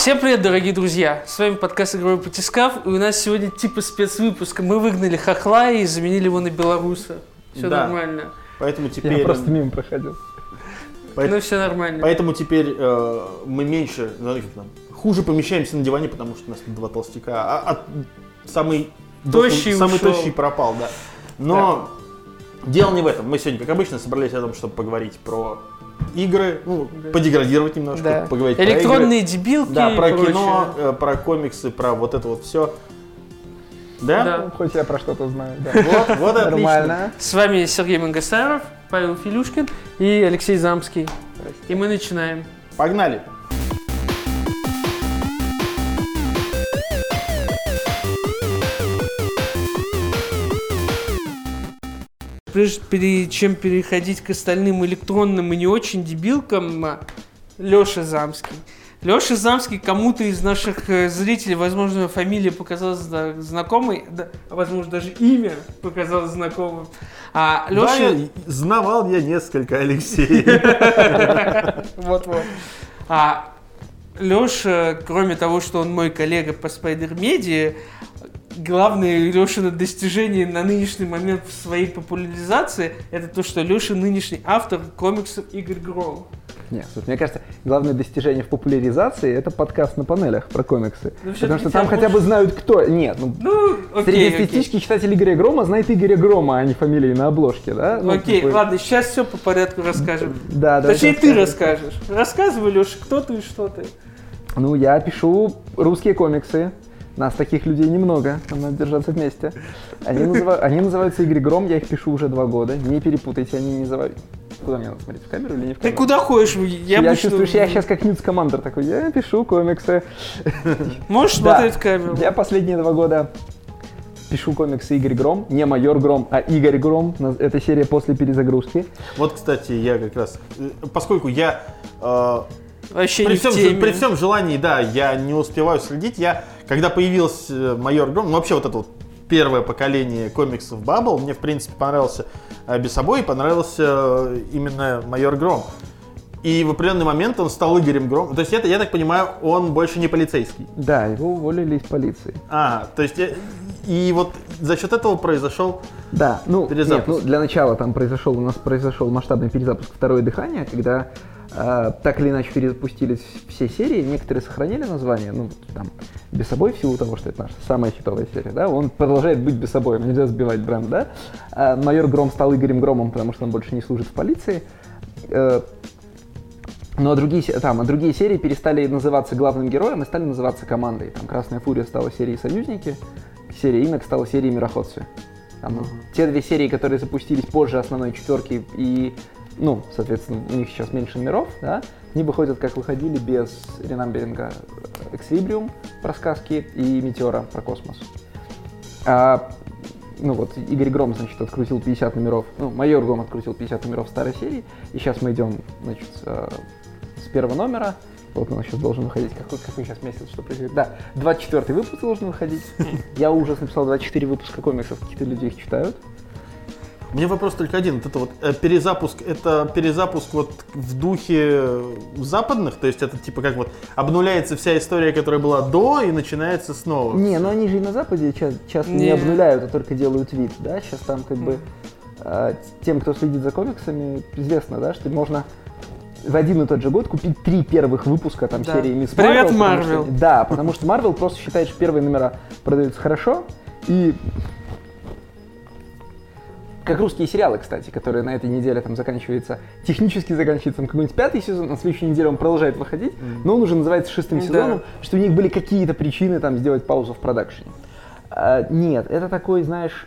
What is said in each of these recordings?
Всем привет, дорогие друзья! С вами подкаст «Игровой батискаф», и у нас сегодня типа спецвыпуск. Мы выгнали хохла и заменили его на белоруса. Все нормально. Поэтому теперь... Я просто мимо проходил. Ну все нормально. Поэтому теперь мы меньше, хуже помещаемся на диване, потому что у нас два толстяка. А самый тощий пропал, да. Но дело не в этом. Мы сегодня, как обычно, собрались о том, чтобы поговорить про игры, подеградировать немножко, поговорить про электронные дебилки, да, про кино, про комиксы, про вот это вот все. Да? Ну, хоть я про что-то знаю. Да. Вот нормально. С вами Сергей Мангасаров, Павел Филюшкин и Алексей Замский. И мы начинаем. Погнали! Прежде чем переходить к остальным электронным и не очень дебилкам, Леша Замский. Леша Замский кому-то из наших зрителей, возможно, фамилия показалась знакомой, а возможно, даже имя показалось знакомым. А Леша... Да, знавал я несколько Алексеев. Вот-вот. А Леша, кроме того, что он мой коллега по Spider-Media, главное Лешино достижение на нынешний момент в своей популяризации — это то, что Леша нынешний автор комиксов Игорь Гром. Нет, мне кажется, главное достижение в популяризации — это подкаст на панелях про комиксы. Потому что там хотя бы знают, кто... Нет, среднестатистический читатель Игоря Грома знает Игоря Грома, а не фамилии на обложке, да? Ладно, сейчас все по порядку расскажем. Да. Точнее, ты расскажешь. Рассказывай, Леша, кто ты и что ты. Ну, я пишу русские комиксы. Нас таких людей немного, нам надо держаться вместе. Они называются Игорь Гром, я их пишу уже 2 года. Не перепутайте, они не называют... Куда мне надо смотреть, в камеру или не в камеру? Ты куда ходишь? Я чувствую, что я сейчас как Ньют Скамандер такой, я пишу комиксы. Можешь смотреть в камеру? Я последние 2 года пишу комиксы Игорь Гром, не Майор Гром, а Игорь Гром. Это серия после перезагрузки. Вот, кстати, я как раз, поскольку я... Вообще при всем желании, да, я не успеваю следить. Когда появился Майор Гром, вообще вот это вот первое поколение комиксов Bubble, мне в принципе понравился Бесобой, понравился именно Майор Гром. И в определенный момент он стал Игорем Громом. То есть это, я так понимаю, он больше не полицейский. Да, его уволили из полиции. То есть и вот за счет этого произошел перезапуск. Нет, для начала у нас произошел масштабный перезапуск «Второе дыхание», когда так или иначе перезапустились все серии, некоторые сохранили название, Бесобой в силу того, что это наша самая хитовая серия, да, он продолжает быть Бесобоем, нельзя сбивать бренд, да. Майор Гром стал Игорем Громом, потому что он больше не служит в полиции. Но другие серии перестали называться главным героем и стали называться командой. Там «Красная фурия» стала серией «Союзники», серия «Инок» стала серией «Мирохотцы». Те 2 серии, которые запустились позже основной 4 и соответственно, у них сейчас меньше номеров, да, они выходят, как выходили, без ренамберинга «Экслибриум» про сказки и «Метеора» про космос. Игорь Гром, значит, открутил 50 номеров, Майор Гром открутил 50 номеров старой серии, и сейчас мы идем, значит, с 1 номера, вот он сейчас должен выходить, какой сейчас месяц, что происходит? Да, 24-й выпуск должен выходить. Я уже написал 24 выпуска комиксов, какие-то люди их читают. У меня вопрос только один. Вот это вот перезапуск, это перезапуск вот в духе западных, то есть это типа как вот обнуляется вся история, которая была до, и начинается снова. Не, но они же и на Западе часто не обнуляют, а только делают вид, да, сейчас там как бы тем, кто следит за комиксами, известно, да, что можно в один и тот же год купить 3 первых выпуска там серии Мисс Марвел. Привет, Марвел! Да, потому что Марвел просто считает, что первые номера продаются хорошо, и как русские сериалы, кстати, которые на этой неделе там технически заканчивается какой-нибудь 5-й сезон, на следующей неделе он продолжает выходить, но он уже называется 6-м сезоном, что у них были какие-то причины там сделать паузу в продакшене. Нет, это такой, знаешь,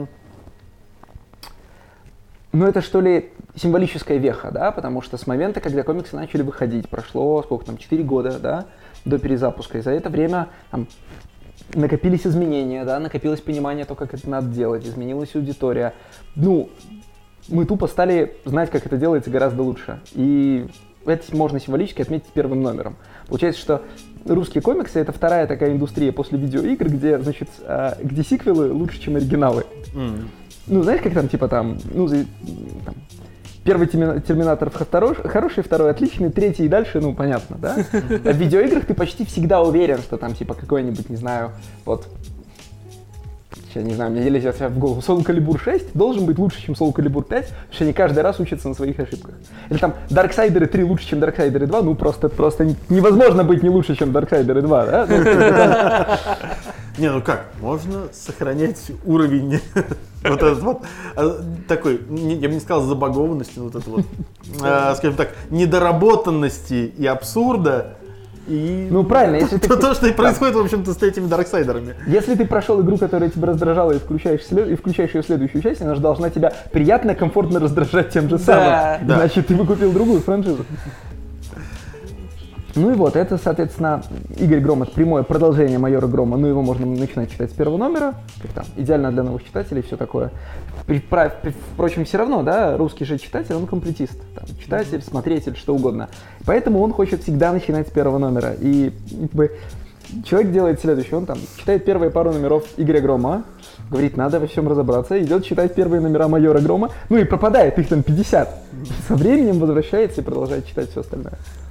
это что ли символическая веха, да, потому что с момента, когда комиксы начали выходить, прошло, 4 года, да, до перезапуска, и за это время там накопились изменения, да, накопилось понимание того, как это надо делать, изменилась аудитория. Мы тупо стали знать, как это делается гораздо лучше. И это можно символически отметить 1 номером. Получается, что русские комиксы — это вторая такая индустрия после видеоигр, где, значит, где сиквелы лучше, чем оригиналы. Знаешь, как там, типа Первый Терминатор хороший, второй отличный, третий и дальше, ну, понятно, да? А в видеоиграх ты почти всегда уверен, что там, типа, какой-нибудь, не знаю, вот... Сейчас, не знаю, мне лезет в голову. Soul Calibur 6 должен быть лучше, чем Soul Calibur 5, потому что они каждый раз учатся на своих ошибках. Или там Darksiders 3 лучше, чем Darksiders 2, ну, просто невозможно быть не лучше, чем Darksiders 2, да? Не, ну как, можно сохранять уровень вот этот вот такой, я бы не сказал забагованности, вот это вот, скажем так, недоработанности и абсурда. И ну правильно, если ты... То, что и происходит, в общем-то, с этими Дарксайдерами. Если ты прошел игру, которая тебя раздражала, и включаешь ее следующую часть, она же должна тебя приятно, комфортно раздражать тем же самым. Да. Значит, ты бы купил другую франшизу. Ну и вот, это, соответственно, Игорь Гром — это прямое продолжение Майора Грома, ну его можно начинать читать с первого номера, как там, идеально для новых читателей, все такое. Впрочем, все равно, да, русский же читатель, он комплетист, там, читатель, смотритель, что угодно. Поэтому он хочет всегда начинать с первого номера. И как бы, человек делает следующее, он там читает первые пару номеров Игоря Грома, говорит, надо во всем разобраться, идет читать первые номера Майора Грома, ну и пропадает, их там 50. Со временем возвращается и продолжает читать все остальное.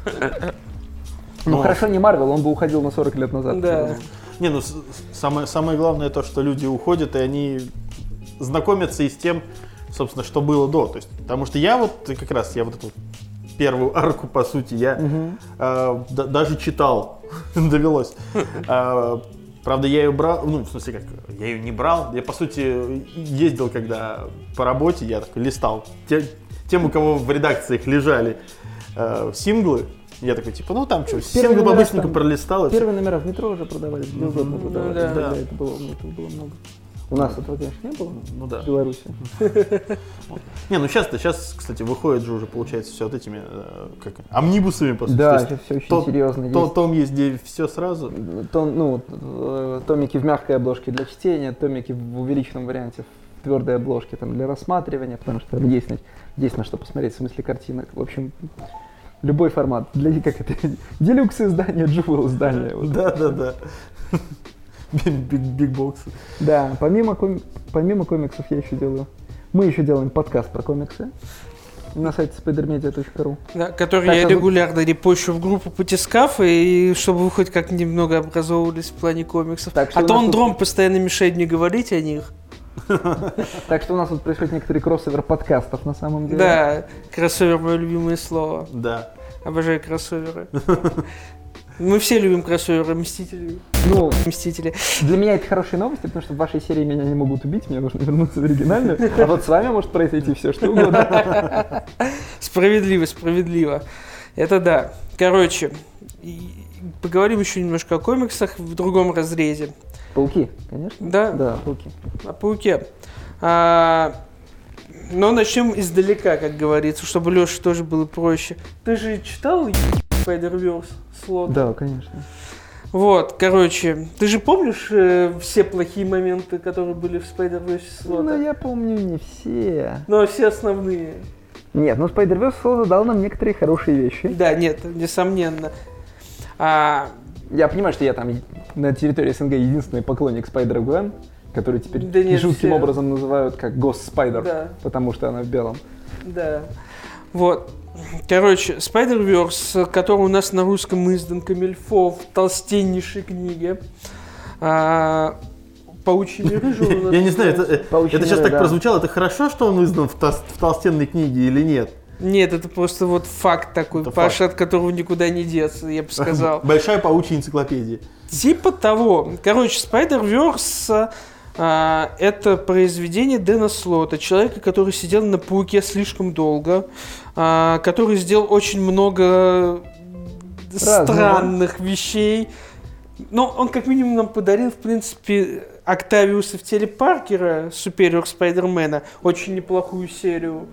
Ну хорошо, не Марвел, он бы уходил на 40 лет назад. Да. Не, ну самое главное то, что люди уходят, и они знакомятся и с тем, собственно, что было до. То есть, потому что я вот как раз, я вот эту первую арку, по сути, я даже читал, довелось. Правда, я ее брал, ну, в смысле, как, я ее не брал, я, по сути, ездил, когда по работе, я такой листал тем, у кого в редакциях лежали синглы. Я такой, типа, ну там что, синглы бабысенько пролистал. Первые номера в метро уже продавались, бездотно продавались. Да. Это было много. У нас этого, конечно, не было, ну, да. В Беларуси. Не, ну сейчас, кстати, выходит же уже, получается, все вот этими как, амнибусами, по сути. Да, сейчас все очень серьезно. Том есть, где все сразу. Томики в мягкой обложке для чтения, томики в увеличенном варианте в твердой обложке там, для рассматривания, потому что есть на что посмотреть в смысле картинок. В общем, любой формат. Делюкс издания, джувел издания. Вот. Да. Бигбоксы. Да, помимо комиксов мы еще делаем подкаст про комиксы на сайте spidermedia.ru. Да, который я регулярно репощу в группу Потискаф, и чтобы вы хоть как немного образовывались в плане комиксов. А то он Дром постоянно мешает мне говорить о них. Так что у нас тут происходит некоторый кроссовер подкастов на самом деле. Да, кроссовер — мое любимое слово. Да. Обожаю кроссоверы. Мы все любим кроссоверы, Мстители. Для меня это хорошие новости, потому что в вашей серии меня не могут убить, мне нужно вернуться в оригинальную. А вот с вами может произойти все, что угодно. Справедливо. Это да. Короче, поговорим еще немножко о комиксах в другом разрезе. Пауки, конечно. Да, пауки. О пауке. Но начнем издалека, как говорится, чтобы Леше тоже было проще. Ты же читал Spider-Verse Слота? Да, конечно. Вот, короче, ты же помнишь все плохие моменты, которые были в Spider-Verse Слота? Ну, я помню не все. Но все основные. Нет, ну Spider-Verse Слота дал нам некоторые хорошие вещи. Да, нет, несомненно. Я понимаю, что я там на территории СНГ единственный поклонник Spider-Gwen, который теперь жутким образом называют как Ghost Spider, да. Потому что она в белом. Да. Вот. Короче, Spider-Verse, который у нас на русском издан Камильфо в толстеннейшей книге. Паучьи миры же у нас. Я не знаю, это сейчас так прозвучало. Это хорошо, что он издан в толстенной книге или нет? Нет, это просто вот факт такой, Паша, от которого никуда не деться, я бы сказал. Большая паучья энциклопедия. Типа того. Короче, Spider-Verse это произведение Дэна Слота, человека, который сидел на Пауке слишком долго, который сделал очень много странных вещей. Но он как минимум нам подарил, в принципе, Октавиуса в теле Паркера, Superior Spider-Man, очень неплохую серию.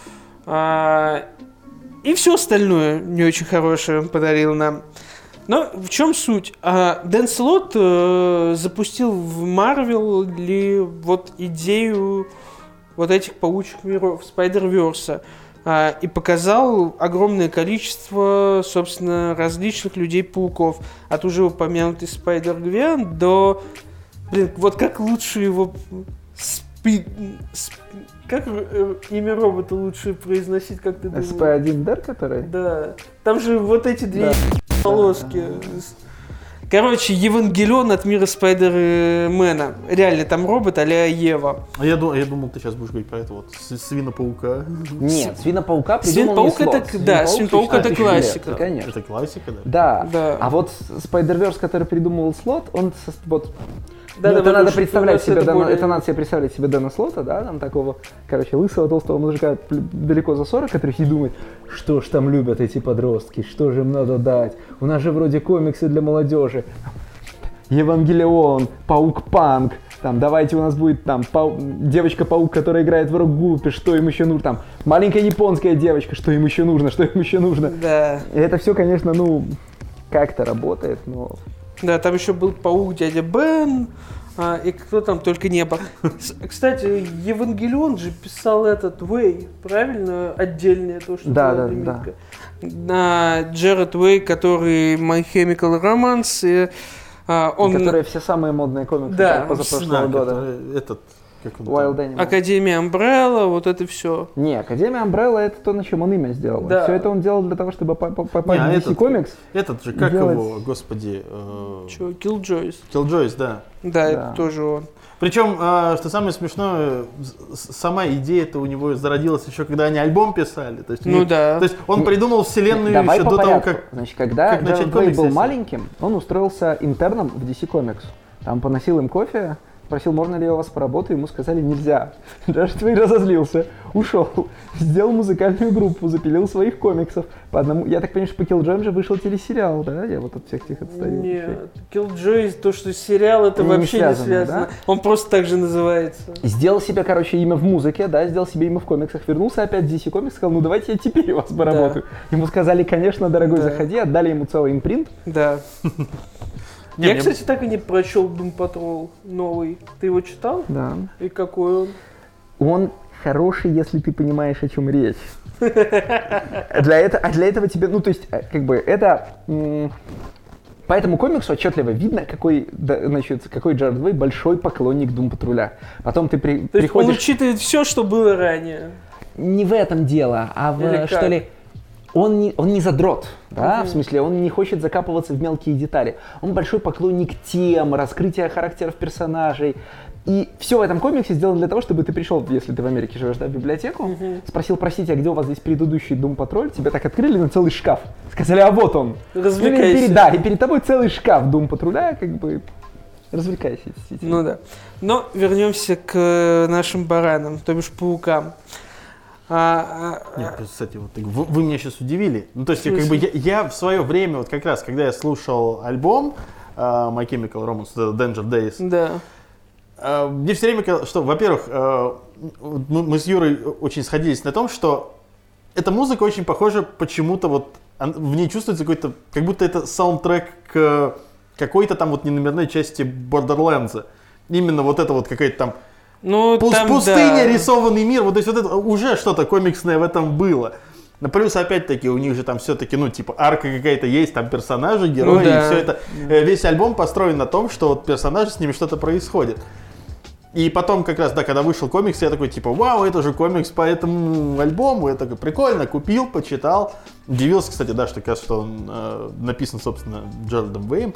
И все остальное не очень хорошее он подарил нам. Но в чем суть? Дэн Слот запустил в Марвел вот идею вот этих паучьих миров, Spider-Verse, и показал огромное количество, собственно, различных людей-пауков. От уже упомянутой Spider-Gwen до... вот как лучше его Как имя робота лучше произносить, как ты думаешь? SP1D, который? Да. Там же вот эти две полоски. Короче, Евангелион от мира Спайдермена. Реально, там робот а-ля Ева. А я думал, ты сейчас будешь говорить про это вот Свинопаука. Нет, Свинопаука придумал Свин-паук это, Свин-паук это классика. Конечно. Это классика, да? Да. Да. А вот Spider-Verse, который придумывал Слот, он вот... Да, ну, да, это надо лучше представлять себе, это более- это надо себе представлять себе Дэна Слота, да, там такого, короче, лысого, толстого мужика далеко за 40, который сидит и думает, что ж там любят эти подростки, что же им надо дать, у нас же вроде комиксы для молодежи, Евангелион, Паук-панк, там, давайте у нас будет там девочка-паук, которая играет в рок-группе, что им еще нужно, там, маленькая японская девочка, что им еще нужно, Да. И это все, конечно, ну, как-то работает, но... Да, там еще был паук дядя Бен, и кто там только не был. Кстати, Евангелион же писал этот Уэй, правильно? Отдельное то, что Да, была да, лимитка. Джеред Уэй, который My Chemical Romance, и, он Которые все самые модные комиксы Да, позапрошлого года. Этот, как он Wild там? Animal. Академия Umbrella, вот это все. Не, Академия Umbrella это то, на чем он имя сделал. Да. Все это он делал для того, чтобы попасть Не, а в DC этот- Comics. Этот же, как Делать- его, господи, Че, Killjoys? Killjoys, да. Да, Да. это тоже он. Причем, что самое смешное, сама идея-то у него зародилась еще, когда они альбом писали. То есть, Ну да. То есть он придумал вселенную Давай еще по до того, порядку. как... Значит, когда как начать Джеред Уэй комиксы был писать. маленьким, он устроился интерном в DC Comics. Там поносил им кофе, спросил, можно ли я у вас поработаю, ему сказали нельзя. Джеред Уэй разозлился, ушел, сделал музыкальную группу, запилил своих комиксов. По одному, я так понимаю, что по Killjoy же вышел телесериал, да? Я вот от всех этих отстаю. Нет, Killjoys, то, что сериал, это Не вообще не связано, связано. да? Он просто так же называется. Сделал себе, короче, имя в музыке, да, сделал себе имя в комиксах, вернулся опять в DC Comics, сказал, ну давайте я теперь у вас поработаю. Ему сказали, конечно, дорогой, Да. заходи, отдали ему целый импринт. Да. Не, Я, мне- кстати, так и не прочел Doom Patrol новый. Ты его читал? Да. И какой он? Он хороший, если ты понимаешь, о чем речь. Для этого тебе, ну, то есть, как бы, это... По этому комиксу отчетливо видно, какой Джеред Уэй большой поклонник Doom Патруля. Потом ты То есть он приходишь... учитывает все, что было ранее. Не в этом дело, а Или в, что как? ли, он не задрот, да, Мгм. в смысле, он не хочет закапываться в мелкие детали. Он большой поклонник тем, раскрытия характеров персонажей. И все в этом комиксе сделано для того, чтобы ты пришел, если ты в Америке живешь, да, в библиотеку, спросил, простите, а где у вас здесь предыдущий Doom Patrol? Тебе так открыли на целый шкаф. Сказали, а вот он. Развлекайся. Да, и перед тобой целый шкаф Doom Патруля, как бы, развлекайся, действительно. Ну да. Но вернемся к нашим баранам, то бишь паукам. Нет, кстати, вот вы меня сейчас удивили. Ну, то есть, как бы я в свое время, вот как раз, когда я слушал альбом My Chemical Romance, Danger Days, Да. мне все время казалось, что, во-первых, мы с Юрой очень сходились на том, что эта музыка очень похожа почему-то, вот в ней чувствуется какой-то, как будто это саундтрек к какой-то там вот неномерной части Borderlands. Именно вот это вот какая-то там Ну, там, пустыня, да. рисованный мир, вот то есть вот это уже что-то комиксное в этом было. Но плюс, опять-таки, у них же там все-таки, ну, типа, арка какая-то есть, там персонажи, герои, Ну да. и все это. Весь альбом построен на том, что вот персонажи, с ними что-то происходит. И потом, как раз, да, когда вышел комикс, я такой, типа, вау, это же комикс по этому альбому, я такой, прикольно, купил, почитал. Удивился, кстати, да, что, кажется, что он написан, собственно, Джеральдом Уэем.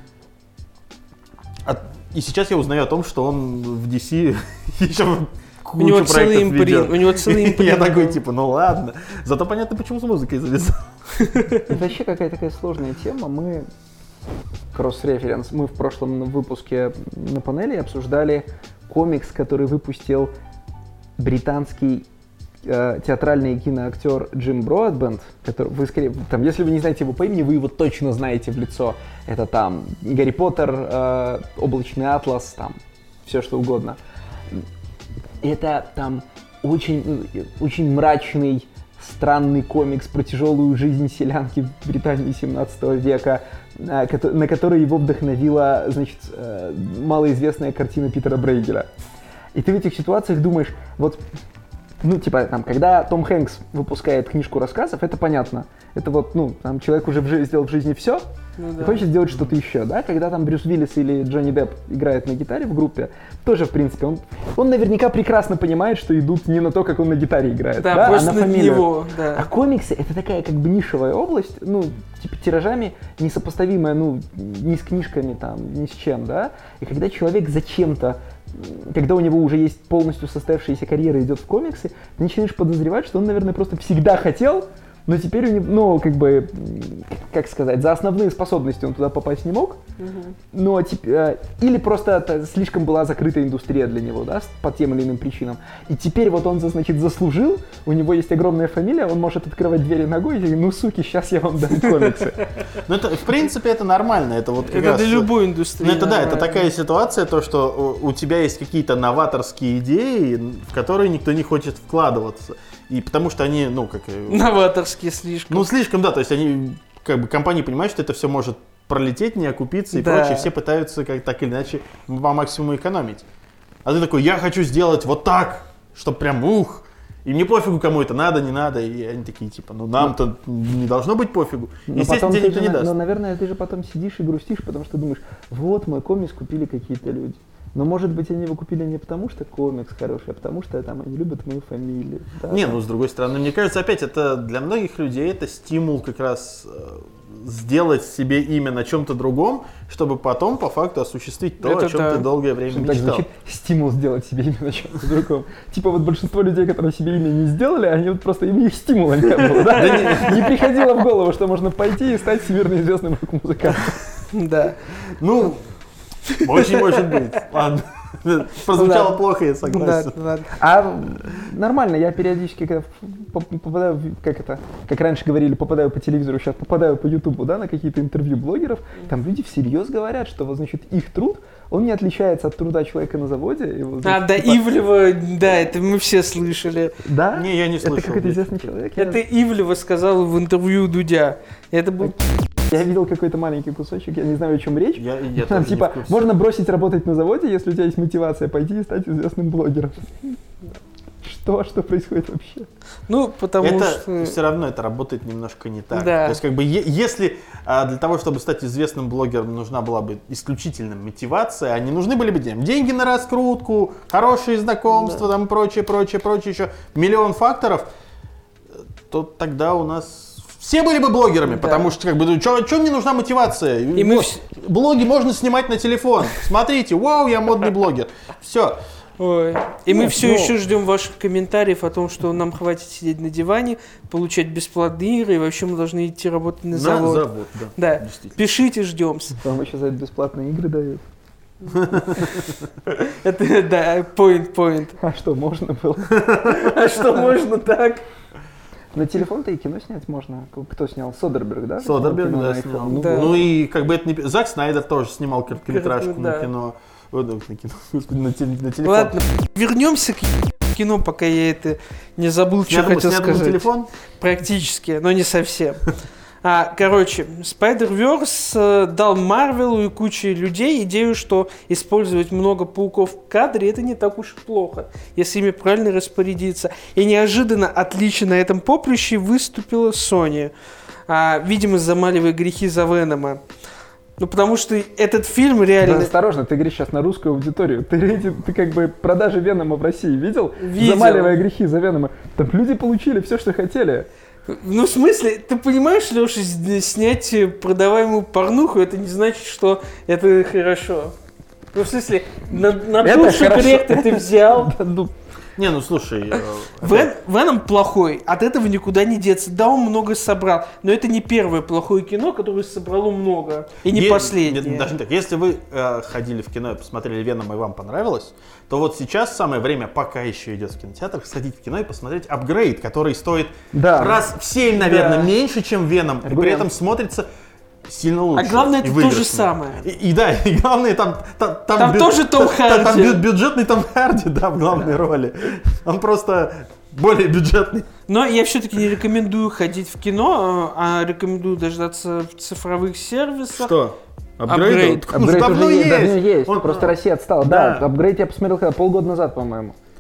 И сейчас я узнаю о том, что он в DC еще У него кучу целый проектов импринт. ведет. У него целый Я импринт. такой, типа, ну ладно. Зато понятно, почему с музыкой завязал. Это вообще какая-то такая сложная тема. Мы, кросс-референс, мы в прошлом выпуске на панели обсуждали комикс, который выпустил британский театральный киноактер Джим Бродбент, который, вы скорее, там, если вы не знаете его по имени, вы его точно знаете в лицо. Это там Гарри Поттер, Облачный атлас, там все что угодно. Это там очень, очень мрачный, странный комикс про тяжелую жизнь селянки в Британии 17 века, на который его вдохновила, значит, малоизвестная картина Питера Брейгеля. И ты в этих ситуациях думаешь, вот, ну, типа, там, когда Том Хэнкс выпускает книжку рассказов, это понятно. Это вот, ну, там, человек уже сделал в жизни все, и хочет сделать что-то еще, да? Когда там Брюс Уиллис или Джонни Депп играет на гитаре в группе, тоже, в принципе, он наверняка прекрасно понимает, что идут не на то, как он на гитаре играет, Да, а на на фамилию. него, да. А комиксы — это такая как бы нишевая область, ну, типа тиражами несопоставимая, ну, ни с книжками там, ни с чем, да? И когда человек зачем-то, когда у него уже есть полностью состоявшаяся карьера, идет в комиксы, ты начинаешь подозревать, что он, наверное, просто всегда хотел, но теперь у него, ну, как бы, как сказать, за основные способности он туда попасть не мог, но или просто это слишком была закрытая индустрия для него, да, по тем или иным причинам. И теперь вот он, значит, заслужил, у него есть огромная фамилия, он может открывать двери ногой и говорить: ну, суки, сейчас я вам дам комиксы. Ну, это, в принципе, это нормально. Это вот как Это раз... для любой индустрии. Ну, это да, это нормально. такая ситуация, то, что у тебя есть какие-то новаторские идеи, в которые никто не хочет вкладываться. И потому что они, ну, как... Новаторские слишком. Ну, слишком, да, то есть они, как бы, компании понимают, что это все может пролететь, не окупиться и Да. прочее, все пытаются как так или иначе по максимуму экономить. А ты такой: я хочу сделать вот так, чтобы прям и мне пофигу, кому это надо, не надо, и они такие, типа, ну, нам-то не должно быть пофигу. Естественно, тебе никто не даст. Но, наверное, ты же потом сидишь и грустишь, потому что думаешь: вот, мой комикс купили какие-то люди. Но, может быть, они его купили не потому, что комикс хороший, а потому что там они любят мою фамилию. Да? Не, ну, с другой стороны, мне кажется, опять, это для многих людей это стимул как раз сделать себе имя на чем-то другом, чтобы потом, по факту, осуществить то, Это о чем да. ты долгое время Так мечтал. звучит: стимул сделать себе имя на чем-то другом. Типа вот большинство людей, которые себе имя не сделали, они вот просто им их стимула не было. Да? Не приходило в голову, что можно пойти и стать всемирно известным рок-музыкантом. Да. Ну, очень может быть. Ладно. Прозвучало Ладно. плохо, я согласен. Да, ладно. А нормально, я периодически, когда попадаю, как раньше говорили, попадаю по телевизору, сейчас попадаю по Ютубу, да, на какие-то интервью блогеров, там люди всерьез говорят, что, вот, значит, их труд, он не отличается от труда человека на заводе. И вот, значит, Да, типа, Ивлева, да, это мы все слышали. Да? Не, я не слышал. Это какой-то блядь. известный человек? Это Ивлева сказал в интервью Дудя. Это был... Я видел какой-то маленький кусочек, я не знаю, о чем речь. Я Там тоже не типа, в курсе. можно бросить работать на заводе, если у тебя есть мотивация пойти и стать известным блогером. Что происходит вообще? Ну, потому Это что... все равно это работает немножко не так. Да. То есть, как бы, если для того, чтобы стать известным блогером, нужна была бы исключительно мотивация, а не нужны были бы деньги на раскрутку, хорошие знакомства, там прочее, еще миллион факторов, то тогда у нас все были бы блогерами, Да. потому что, как бы, что мне нужна мотивация? И мы Блоги можно снимать на телефон. Смотрите, вау, я модный блогер. Все. Ой. И мы все но- еще ждем ваших комментариев о том, что нам хватит сидеть на диване, получать бесплатные игры, и вообще мы должны идти работать на завод. да. Да, Действительно. пишите, ждем. Вам еще за это бесплатные игры дают. Это, да, point. А что, можно было? А что, можно так? На телефон-то и кино снять можно. Кто снял? Содерберг, да? Содерберг, Кино да, на iPhone. снял. Ну, Да. Ну и как бы это не... Зак Снайдер тоже снимал короткометражку Да. на кино. Ой, да, на кино, господи, на телефон. Ладно, вернемся к кино, пока я это не забыл, что Снят был- хотел снят был на сказать. телефон? Практически, но не совсем. Короче, Spider-Verse дал Марвелу и куче людей идею, что использовать много пауков в кадре — это не так уж и плохо, если ими правильно распорядиться. И неожиданно отлично на этом поприще выступила Sony, видимо, замаливая грехи за Венома. Ну, потому что этот фильм Да, реально... осторожно, ты говоришь сейчас на русскую аудиторию. Ты как бы продажи Венома в России видел? Видел. Замаливая грехи за Венома. Там люди получили все, что хотели. Ну, в смысле, ты понимаешь, Леша, снять продаваемую порнуху, это не значит, что это хорошо. Ну, в смысле, на Это лучший хорошо. проект ты взял. Да, ну, Не, ну слушай, Веном плохой, от этого никуда не деться. Да, он много собрал, но это не первое плохое кино, которое собрало много. И не последнее. Даже не так. Если вы ходили в кино и посмотрели «Веном» и вам понравилось, то вот сейчас самое время, пока еще идет в кинотеатрах, сходить в кино и посмотреть «Апгрейд», который стоит Да. раз в 7, наверное, Да. меньше, чем «Веном», и при Аргумент. этом смотрится сильно лучше. А главное, и это то выигрышнее. же самое. И да, и главное, там тоже Том Там Харди. бюджетный Том Харди, да, в главной роли. Он просто более бюджетный. Но я все-таки не рекомендую ходить в кино, а рекомендую дождаться в цифровых сервисах. Что? Апгрейд. Апгрейд Давно уже давно есть. Он- Просто Россия отстала. Да. Да, апгрейд я посмотрел когда полгода назад, по-моему.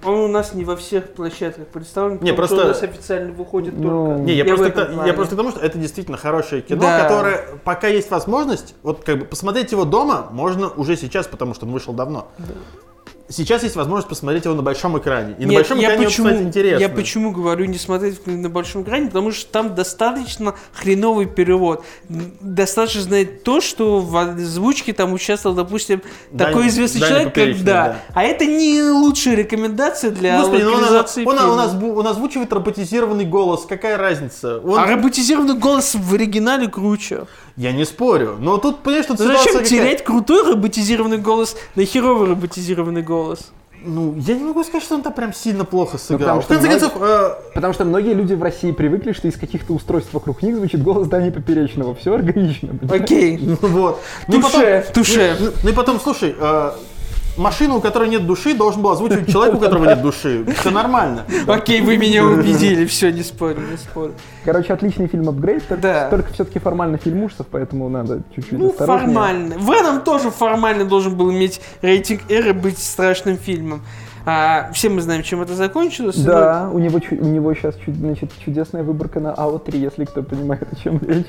Он у нас не во всех площадках представлен, Не, потому просто... что у нас официально выходит только... Не, я просто к тому, что это действительно хорошее кино, Да. которое, пока есть возможность, вот как бы посмотреть его дома можно уже сейчас, потому что он вышел давно. Да. Сейчас есть возможность посмотреть его на большом экране. И Нет, на большом экране его посмотреть интересно. Я почему говорю не смотреть на большом экране, потому что там достаточно хреновый перевод. Достаточно знать то, что в озвучке там участвовал, допустим, такой известный человек, как да. А это не лучшая рекомендация для локализации фильма. Он озвучивает роботизированный голос, какая разница? А роботизированный голос в оригинале круче. Я не спорю, но тут, понимаешь, тут Зачем терять крутой роботизированный голос на херовый роботизированный голос? Ну, я не могу сказать, что он там прям сильно плохо сыграл. В конце концов... Потому что многие люди в России привыкли, что из каких-то устройств вокруг них звучит голос Дани Поперечного. Все органично. Окей. Вот. Туше. Ну и потом, слушай, машину, у которой нет души, должен был озвучивать человек, у которого нет души. Все нормально. Окей, вы меня убедили. Все, не спорю. Короче, отличный фильм «Апгрейд», только все-таки формально фильм ужасов, поэтому надо чуть-чуть осторожнее. Формально. Веном тоже формально должен был иметь рейтинг R и быть страшным фильмом. Все мы знаем, чем это закончилось. Да, у него сейчас чудесная выборка на АО3, если кто понимает, о чем речь.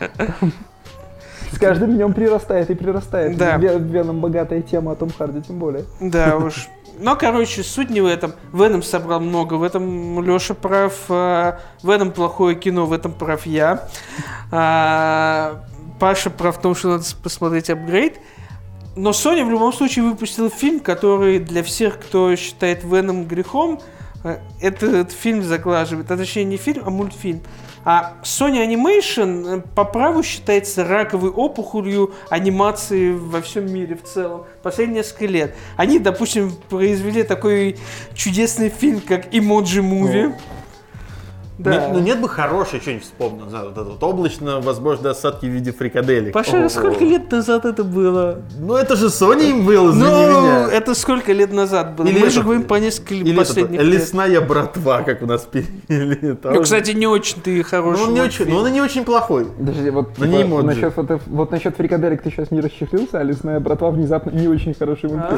С каждым днем прирастает и прирастает. Да. Веном богатая тема о Том Харди, тем более. Да уж. Но, короче, суть не в этом. Веном собрал много, в этом Леша прав. В этом плохое кино, в этом прав я. Паша прав в том, что надо посмотреть «Апгрейд». Но Sony в любом случае выпустил фильм, который для всех, кто считает Веном грехом, этот фильм заглаживает. А точнее не фильм, а мультфильм. А Sony Animation по праву считается раковой опухолью анимации во всем мире в целом. Последние несколько лет. Они, допустим, произвели такой чудесный фильм, как Emoji Movie. Да. Нет бы хороший что-нибудь вспомнил. Вот это вот облачно-возможные осадки в виде фрикаделек. Паша, сколько лет назад это было? Ну это же Sony им было, извини меня. Это сколько лет назад было? Или Мы же говорим по несколько последних лет. «Лесная братва», как у нас перевели. Ну, кстати, не очень-то и хороший. Но он и не очень плохой. Подожди, насчет фрикаделек ты сейчас не расчехлился, а «Лесная братва» внезапно не очень хороший мультфильм.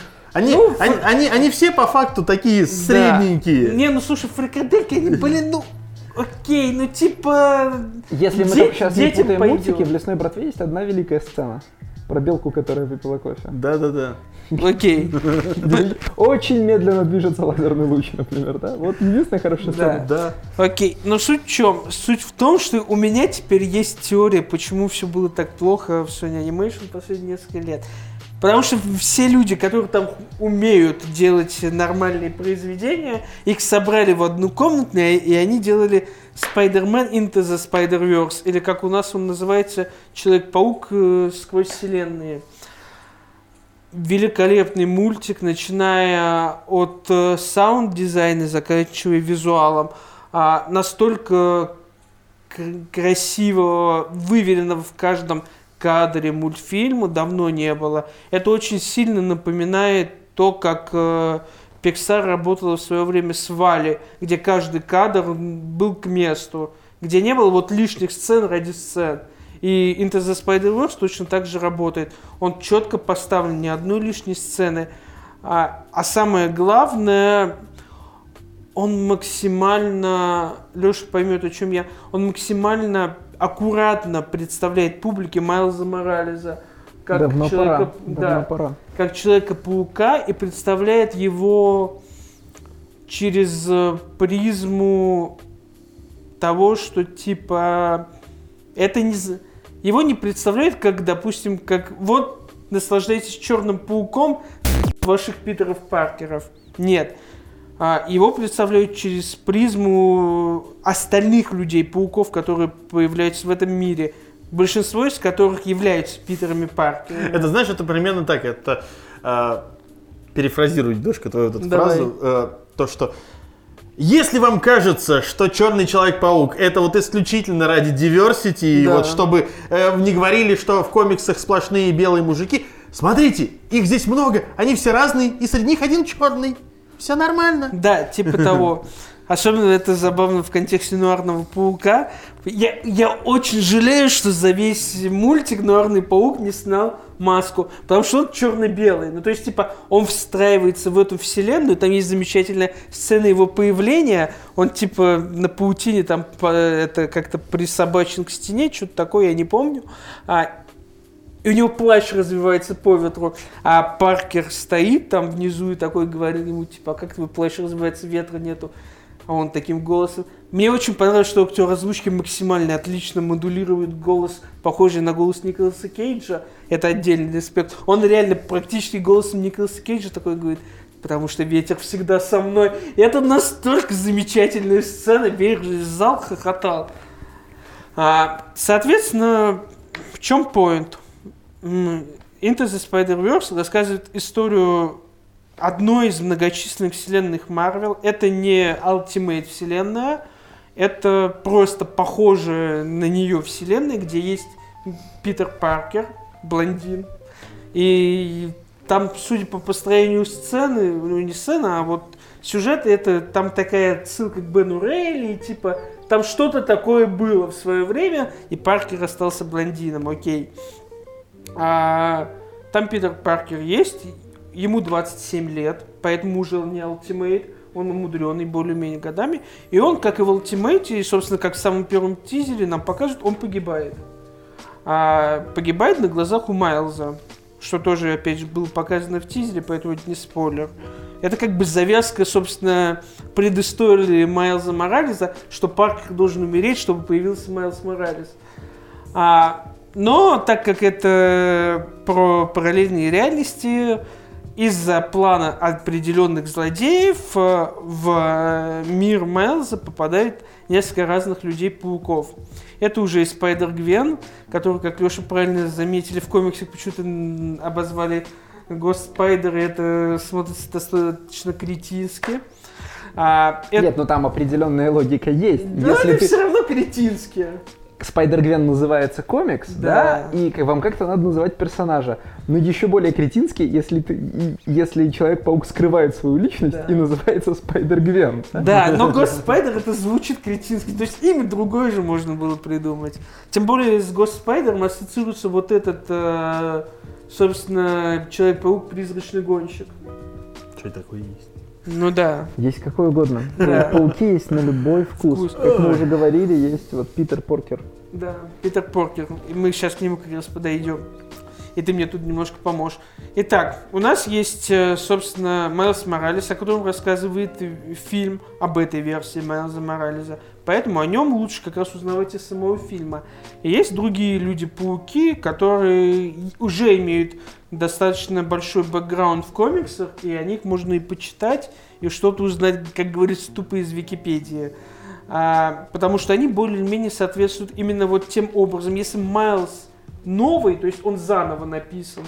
Они все по факту такие средненькие. Не, слушай, фрикадельки, они были, окей, типа... Если мы только сейчас не путаем мультики, в «Лесной братве» есть одна великая сцена. Про белку, которая выпила кофе. Да. Окей. Очень медленно движется лазерный луч, например, да? Вот единственная хорошая сцена. Да. Окей, но суть в чем? Суть в том, что у меня теперь есть теория, почему все было так плохо в Sony Animation последние несколько лет. Потому что все люди, которые там умеют делать нормальные произведения, их собрали в одну комнату, и они делали Spider-Man Into the Spider-Verse, или как у нас он называется, Человек-паук сквозь вселенные. Великолепный мультик, начиная от саунд-дизайна, заканчивая визуалом. Настолько красиво выверенного в каждом кадре мультфильма давно не было. Это очень сильно напоминает то, как Pixar работала в свое время с Валли, где каждый кадр был к месту, где не было лишних сцен ради сцен. И Into the Spider-Verse точно так же работает. Он четко поставлен, ни одной лишней сцены. А самое главное, он максимально, Леша поймет, о чем я, он максимально аккуратно представляет публике Майлза Моралеса как как Человека-паука и представляет его через призму того, что типа это не его не представляют как, допустим, как вот наслаждайтесь Черным пауком ваших Питеров Паркеров. Нет. Его представляют через призму остальных людей-пауков, которые появляются в этом мире. Большинство из которых являются Питерами Паркерами. Это, знаешь, это примерно так. Это перефразирую немножко твою фразу. То, что если вам кажется, что Черный Человек-паук это исключительно ради diversity, чтобы не говорили, что в комиксах сплошные белые мужики, смотрите, их здесь много, они все разные, и среди них один черный. Все нормально. Да, типа того. Особенно это забавно в контексте Нуарного Паука. Я очень жалею, что за весь мультик Нуарный Паук не снял маску, потому что он черно-белый. Ну, то есть, типа, он встраивается в эту вселенную, там есть замечательная сцена его появления, он, типа, на паутине там это как-то присобачен к стене, что-то такое, я не помню. И у него плащ развивается по ветру, а Паркер стоит там внизу и такой говорит ему, типа, а как твой плащ развивается, ветра нету? А он таким голосом. Мне очень понравилось, что актер озвучки максимально отлично модулирует голос, похожий на голос Николаса Кейджа. Это отдельный аспект. Он реально практически голосом Николаса Кейджа такой говорит, потому что ветер всегда со мной. И это настолько замечательная сцена, весь зал хохотал. Соответственно, в чем поинт? Into the Spider-Verse рассказывает историю одной из многочисленных вселенных Marvel. Это не Ultimate вселенная, это просто похожая на нее вселенная, где есть Питер Паркер, блондин. И там, судя по построению сцены, ну не сцены, а вот сюжет, это там такая ссылка к Бену Рейли, типа там что-то такое было в свое время, и Паркер остался блондином, окей. Там Питер Паркер есть, ему 27 лет, поэтому уже он не Ultimate, он умудренный более-менее годами. И он, как и в Ultimate, и, собственно, как в самом первом тизере нам показывают, он погибает. Погибает на глазах у Майлза, что тоже, опять же, было показано в тизере, поэтому это не спойлер. Это как бы завязка, собственно, предыстории Майлза Моралеса, что Паркер должен умереть, чтобы появился Майлз Моралес. Но, так как это про параллельные реальности, из-за плана определенных злодеев в мир Майлза попадает несколько разных людей-пауков. Это уже и Спайдер-Гвен, который, как Леша правильно заметили, в комиксах почему-то обозвали Ghost Spider, и это смотрится достаточно кретински. Нет, но там определенная логика есть. Да, Если это все равно кретински. Спайдер-Гвен называется комикс, да, и вам как-то надо называть персонажа. Но еще более кретинский, если Человек-паук скрывает свою личность и называется Спайдер-Гвен. Да, но Ghost Spider это звучит кретински. То есть имя другое же можно было придумать. Тем более с Ghost Spider ассоциируется вот этот, собственно, Человек-паук призрачный гонщик. Что такое есть? Ну да. Есть какой угодно. Да. Пауки есть на любой вкус. Как мы уже говорили, есть вот Питер Поркер. Да, Питер Поркер. И мы сейчас к нему как раз подойдем. И ты мне тут немножко поможешь. Итак, у нас есть, собственно, Майлз Моралес, о котором рассказывает фильм об этой версии Майлза Моралеса. Поэтому о нем лучше как раз узнавать из самого фильма. И есть другие люди-пауки, которые уже имеют достаточно большой бэкграунд в комиксах, и о них можно и почитать, и что-то узнать, как говорится, тупо из Википедии. Потому что они более-менее соответствуют именно вот тем образом. Если Майлз новый, то есть он заново написан,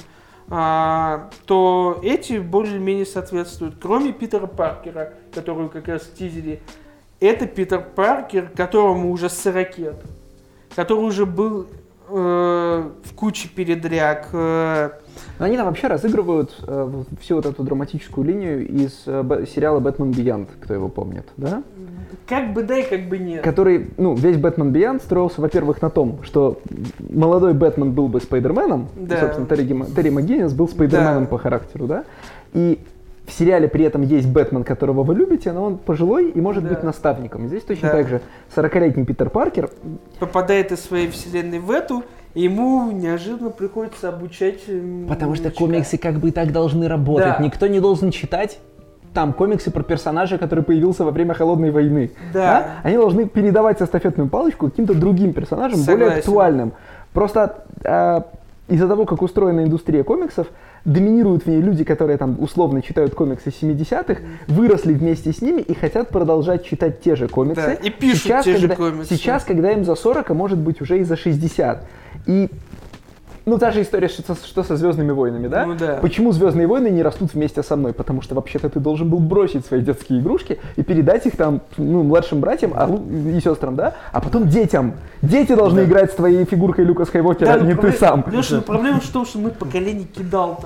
то эти более-менее соответствуют. Кроме Питера Паркера, который как раз в тизере, это Питер Паркер, которому уже 40 лет, который уже был в куче передряг. Но они там вообще разыгрывают всю вот эту драматическую линию из сериала «Бэтмен Beyond», кто его помнит, да? Как бы да и как бы нет. Который, весь «Бэтмен Beyond» строился, во-первых, на том, что молодой Бэтмен был бы Спайдерменом, да. И, собственно, Терри МакГиннис был Спайдерменом по характеру, да? И в сериале при этом есть Бэтмен, которого вы любите, но он пожилой и может быть наставником. Здесь точно так же 40-летний Питер Паркер попадает из своей вселенной в эту, и ему неожиданно приходится обучать. Потому что комиксы как бы так должны работать. Да. Никто не должен читать там комиксы про персонажа, который появился во время Холодной войны. Да. Они должны передавать эстафетную палочку каким-то другим персонажам, более актуальным. Просто из-за того, как устроена индустрия комиксов, доминируют в ней люди, которые там условно читают комиксы 70-х, выросли вместе с ними и хотят продолжать читать те же комиксы. Да, и пишут те же комиксы. Сейчас, когда им за 40, а может быть уже и за 60. И та же история, что со «Звездными войнами», да? Да? Почему «Звездные войны» не растут вместе со мной? Потому что вообще-то ты должен был бросить свои детские игрушки и передать их там, младшим братьям и сестрам, да? А потом детям. Дети должны играть с твоей фигуркой Люка Скайуокера, а не ты сам. Леша, проблема в том, что мы поколение кидалтов.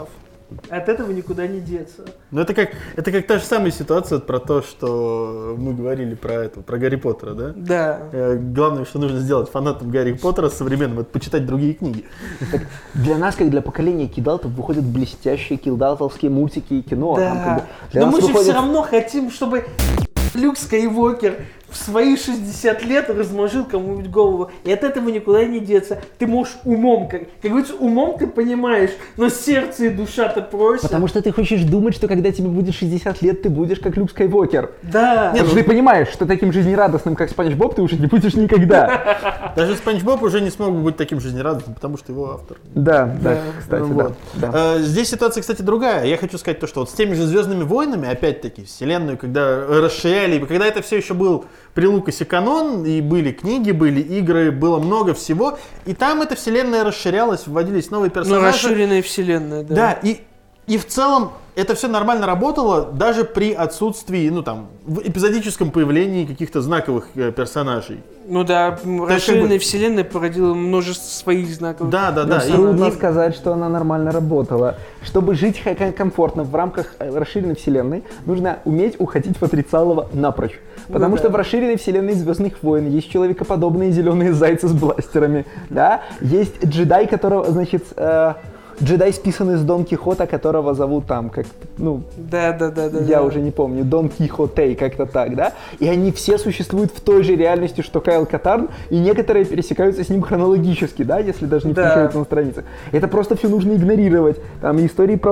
От этого никуда не деться. Ну, это как та же самая ситуация про то, что мы говорили про Гарри Поттера, да? Да. Главное, что нужно сделать фанатам Гарри Поттера современным, это почитать другие книги. Так для нас, как для поколения кидалтов, выходят блестящие кидалтовские мультики и кино. Да. Там, как бы, для Но нас мы же выходят- все равно хотим, чтобы Люк Скайуокер в свои 60 лет размажил кому-нибудь голову. И от этого никуда не деться. Ты можешь умом, как говорится, умом ты понимаешь, но сердце и душа-то просят. Потому что ты хочешь думать, что когда тебе будет 60 лет, ты будешь как Люк Скайуокер. Да. Потому что ты понимаешь, что таким жизнерадостным, как Спанч Боб, ты уже не будешь никогда. Даже Спанч Боб уже не смог бы быть таким жизнерадостным, потому что его автор. Да, кстати, Вот. да. Здесь ситуация, кстати, другая. Я хочу сказать то, что вот с теми же «Звездными войнами», опять-таки, вселенную, когда расширяли, когда это все еще был при Лукасе канон, и были книги, были игры, было много всего, и там эта вселенная расширялась, вводились новые Ну, персонажи. расширенная вселенная, да. Да, и в целом это все нормально работало, даже при отсутствии, в эпизодическом появлении каких-то знаковых персонажей. Ну да, есть, расширенная вселенная породила множество своих знаков. Да. И- Трудно сказать, что она нормально работала. Чтобы жить комфортно в рамках расширенной вселенной, нужно уметь уходить в отрицалово напрочь. Потому да. что в расширенной вселенной «Звездных войн» есть человекоподобные зеленые зайцы с бластерами, да? Есть джедай, которого, значит, джедай, списанный с Дон Кихота, которого зовут там, Да. я уже не помню, Дон Кихотей, как-то так, да? И они все существуют в той же реальности, что Кайл Катарн, и некоторые пересекаются с ним хронологически, да, если даже не Да. встречаются на страницах. Это просто все нужно игнорировать. Там и истории про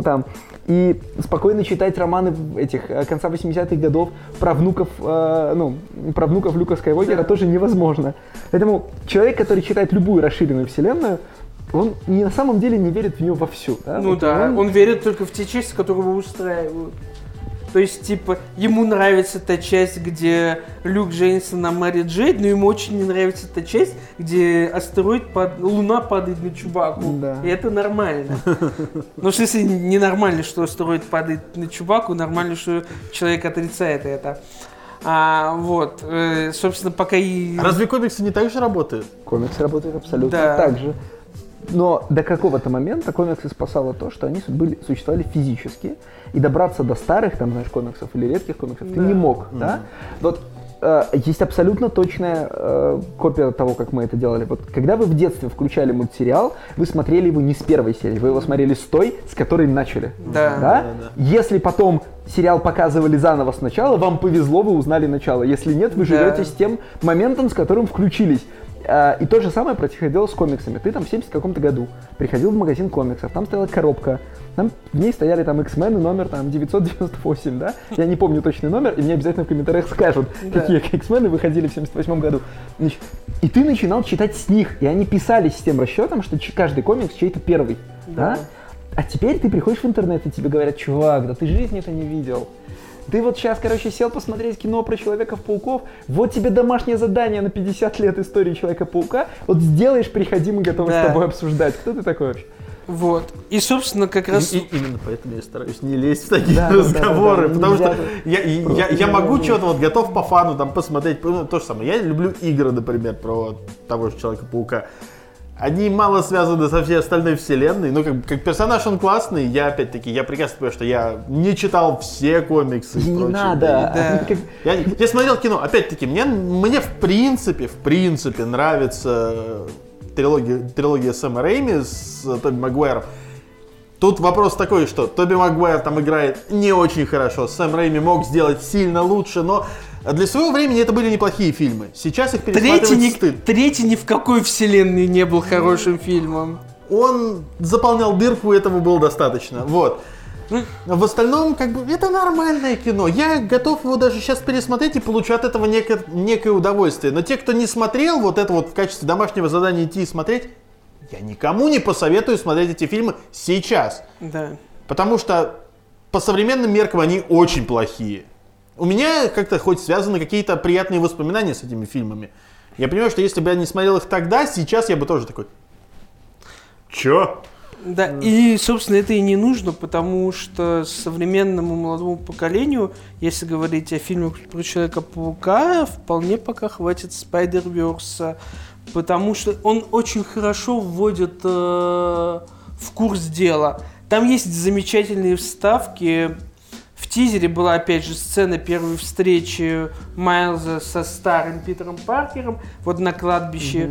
и спокойно читать романы этих конца 80-х годов про внуков Люка Скайуокера тоже невозможно. Поэтому человек, который читает любую расширенную вселенную, он на самом деле не верит в нее вовсю. Да? Ну да, он верит только в те части, которые его устраивают. То есть, типа, ему нравится та часть, где Люк женится на Мэри Джейд, но ему очень не нравится та часть, где Луна падает на Чубаку. Да. И это нормально. Ну, в смысле, не нормально, что астероид падает на Чубаку, нормально, что человек отрицает это. Собственно, пока и... Разве комиксы не так же работают? Комиксы работают абсолютно Да. так же. Но до какого-то момента комиксы спасало то, что они существовали физически, и добраться до старых, комиксов или редких комиксов ты не мог, да? Вот есть абсолютно точная копия того, как мы это делали. Вот когда вы в детстве включали мультсериал, вы смотрели его не с первой серии, вы его смотрели с той, с которой начали. Да. Если потом сериал показывали заново сначала, вам повезло, вы узнали начало. Если нет, вы живете с тем моментом, с которым включились. И то же самое происходило с комиксами. Ты там в 70 каком-то году приходил в магазин комиксов, там стояла коробка, там в ней стояли X-Men и номер 998, да? Я не помню точный номер, и мне обязательно в комментариях скажут, какие X-Men выходили в 78 году. Значит, и ты начинал читать с них, и они писались с тем расчетом, что каждый комикс чей-то первый, да? А теперь ты приходишь в интернет, и тебе говорят: чувак, да ты жизни это не видел. Ты вот сейчас, сел посмотреть кино про Человеков-пауков, вот тебе домашнее задание на 50 лет истории Человека-паука, вот сделаешь, приходи, мы готовы с тобой обсуждать. Кто ты такой вообще? Вот. И, собственно, как раз... Именно поэтому я стараюсь не лезть в такие разговоры, потому что я могу что-то, готов по фану посмотреть, то же самое. Я люблю игры, например, про того же Человека-паука. Они мало связаны со всей остальной вселенной, но как персонаж он классный. Я прекрасно понимаю, что я не читал все комиксы. И не надо. Да. Я смотрел кино. Опять-таки, мне в принципе нравится трилогия Сэма Рэйми с Тоби Магуайром. Тут вопрос такой, что Тоби Магуайр там играет не очень хорошо. Сэм Рэйми мог сделать сильно лучше, но для своего времени это были неплохие фильмы. Сейчас их пересматривать стыд. Третий ни в какой вселенной не был хорошим фильмом. Он заполнял дырку, этого было достаточно. Вот. В остальном, это нормальное кино. Я готов его даже сейчас пересмотреть и получу от этого некое удовольствие. Но те, кто не смотрел, это в качестве домашнего задания идти и смотреть, я никому не посоветую смотреть эти фильмы сейчас. Да. Потому что по современным меркам они очень плохие. У меня как-то хоть связаны какие-то приятные воспоминания с этими фильмами. Я понимаю, что если бы я не смотрел их тогда, сейчас я бы тоже такой: чё? Да, и, собственно, это и не нужно, потому что современному молодому поколению, если говорить о фильмах про Человека-паука, вполне пока хватит Спайдерверса, потому что он очень хорошо вводит в курс дела. Там есть замечательные вставки. В тизере была, опять же, сцена первой встречи Майлза со старым Питером Паркером, вот на кладбище.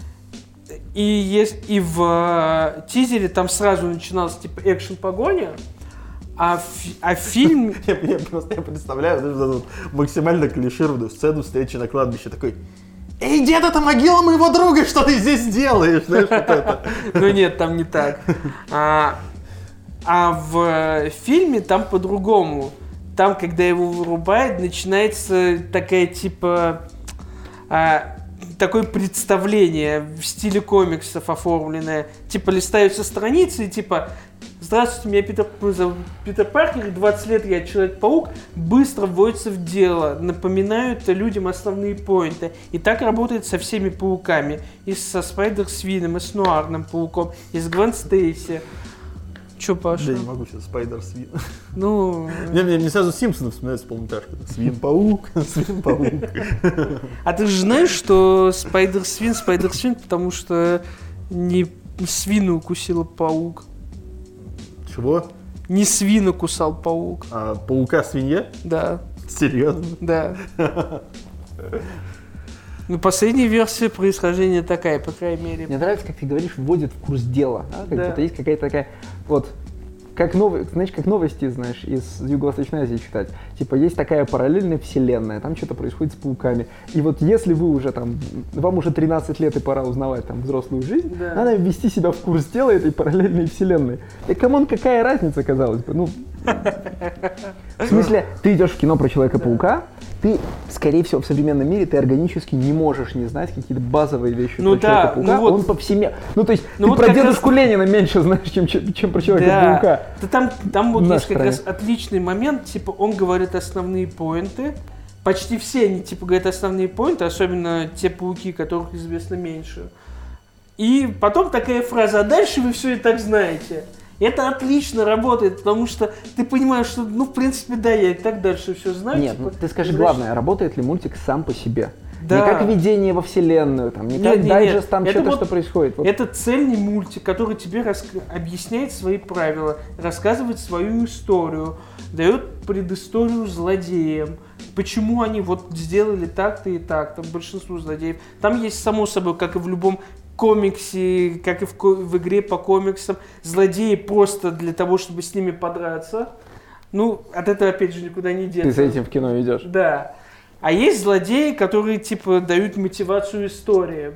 И в тизере там сразу начиналась, типа, экшн-погоня, а фильм... Я представляю вот эту вот максимально клишированную сцену встречи на кладбище. Такой: «Эй, дед, это могила моего друга, что ты здесь делаешь?» Знаешь, вот это. Ну нет, там не так. А в фильме там по-другому. Там, когда его вырубает, начинается такая, типа... такое представление в стиле комиксов оформленное. Типа листаются страницы и типа: «Здравствуйте, меня Питер Паркер, 20 лет я Человек-паук», быстро вводится в дело, напоминают людям основные поинты. И так работает со всеми пауками. И со Спайдер-Свином, и с Нуарным пауком, и с Гвен Стейси. Чё, Паша? Я не могу сейчас Спайдер-Свин. Ну... Мне сразу Симпсоны вспоминается полнометражка. Свин-паук, Свин-паук. А ты же знаешь, что Спайдер-Свин, потому что не свину укусил паук. Чего? Не свину кусал паук. А паука-свинья? Да. Серьезно? Да. Ну, последняя версия происхождения такая, по крайней мере. Мне нравится, как ты говоришь, вводит в курс дела. Да? Как Да. будто есть какая-то такая, вот, как новости, знаешь, из Юго-Восточной Азии читать. Типа, есть такая параллельная вселенная, там что-то происходит с пауками. И вот если вы уже там, вам уже 13 лет и пора узнавать там взрослую жизнь, Да. надо ввести себя в курс дела этой параллельной вселенной. И камон, какая разница, казалось бы? Ну, в смысле, ты идешь в кино про Человека-паука, ты, скорее всего, в современном мире ты органически не можешь не знать какие-то базовые вещи Ну про да, Человека-паука. ну вот. Он повсеместно. Ну, то есть, Ну ты вот про как дедушку раз- Ленина меньше знаешь, чем про Человека-паука. Да, там вот В есть нашей как раз стране. отличный момент, типа, он говорит основные поинты. Почти все они, типа, говорят основные поинты, особенно те пауки, которых известно меньше. И потом такая фраза: «А дальше вы все и так знаете». И это отлично работает, потому что ты понимаешь, что, ну, в принципе, да, я и так дальше все знаю. Нет, типа, ну ты скажи значит, главное, работает ли мультик сам по себе? Да. Не как введение во вселенную, там, не Нет, как нет, дайджест, нет. там Это что-то, вот- что происходит. Вот. Это цельный мультик, который тебе объясняет свои правила, рассказывает свою историю, дает предысторию злодеям, почему они вот сделали так-то и так-то, большинству злодеев. Там есть, само собой, как и в любом комиксе, как и в игре по комиксам, злодеи просто для того, чтобы с ними подраться. Ну, от этого, опять же, никуда не деться. Ты с этим в кино идешь. Да. А есть злодеи, которые, типа, дают мотивацию истории.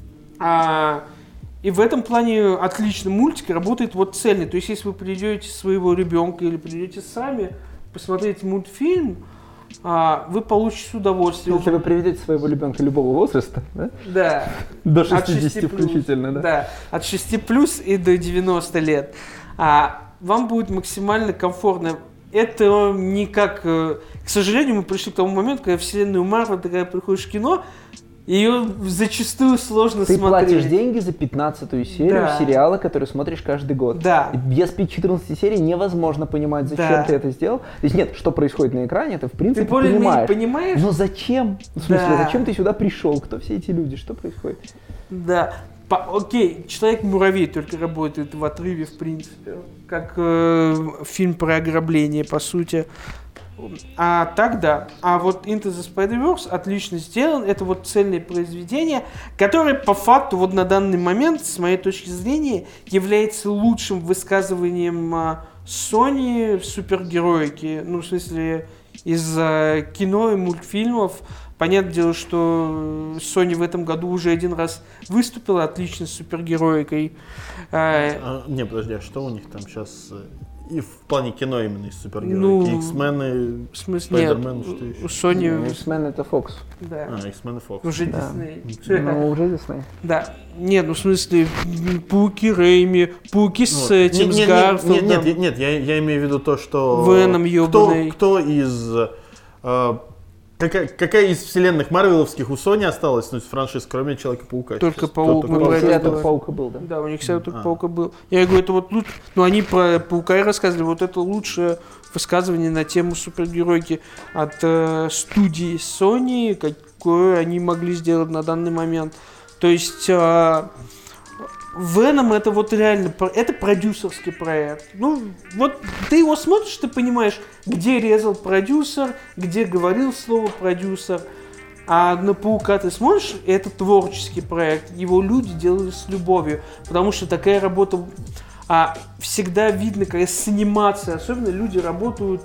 И в этом плане отлично мультик работает вот цельный. То есть, если вы приведете своего ребенка или придете сами посмотреть мультфильм, вы получите удовольствие. Если вы приведете своего ребенка любого возраста, да? Да. До От 60 6+. включительно, да? Да, от 6+ и до 90 лет. Вам будет максимально комфортно. Это не как... К сожалению, мы пришли к тому моменту, когда вселенную Марвел, ты когда приходишь в кино, ее зачастую сложно Ты смотреть. платишь деньги за 15-ю серию Да. сериала, который смотришь каждый год. Да. И без 14 серий невозможно понимать, зачем Да. ты это сделал. То есть нет, что происходит на экране, это в принципе Ты более-менее понимаешь. понимаешь? Но зачем? В смысле, Да. зачем ты сюда пришел? Кто все эти люди? Что происходит? Да. Окей, Человек-муравей только работает в отрыве, в принципе. Как фильм про ограбление, по сути. А так да. А вот Into the Spider-Verse отлично сделан. Это вот цельное произведение, которое по факту вот на данный момент, с моей точки зрения, является лучшим высказыванием Sony в супергероике. Ну, в смысле, из кино и мультфильмов. Понятное дело, что Sony в этом году уже один раз выступила отлично с супергероикой. Не, подожди, а что у них там сейчас? И в плане кино именно из супергероев. Ну, X-Men В смысле, нет, Spider-Man, что еще? у Sony... X-Men это Fox. Да. X-Men и Fox. Уже Да. Disney. Ну, уже Disney. Да. Нет, ну в смысле, пауки Рэйми, пауки с этим, с Гарфилдом. Нет, я имею в виду то, что... Веном ёбаный. Кто из... Какая из вселенных марвеловских у Sony осталась, ну, из франшиз, кроме Человека-паука? Только сейчас? Паук, Кто мы такой? про это Сериал говорим. Паука был, да? Да, у них всегда только паука был. Я говорю, это вот лучше. Ну, они про паука и рассказывали. Вот это лучшее высказывание на тему супергеройки от студии Sony, какое они могли сделать на данный момент. То есть Веном это вот реально, это продюсерский проект. Ну, вот ты его смотришь, ты понимаешь, где резал продюсер, где говорил слово продюсер. А на Паука ты смотришь, это творческий проект. Его люди делали с любовью. Потому что такая работа всегда видно, когда с анимацией. Особенно люди работают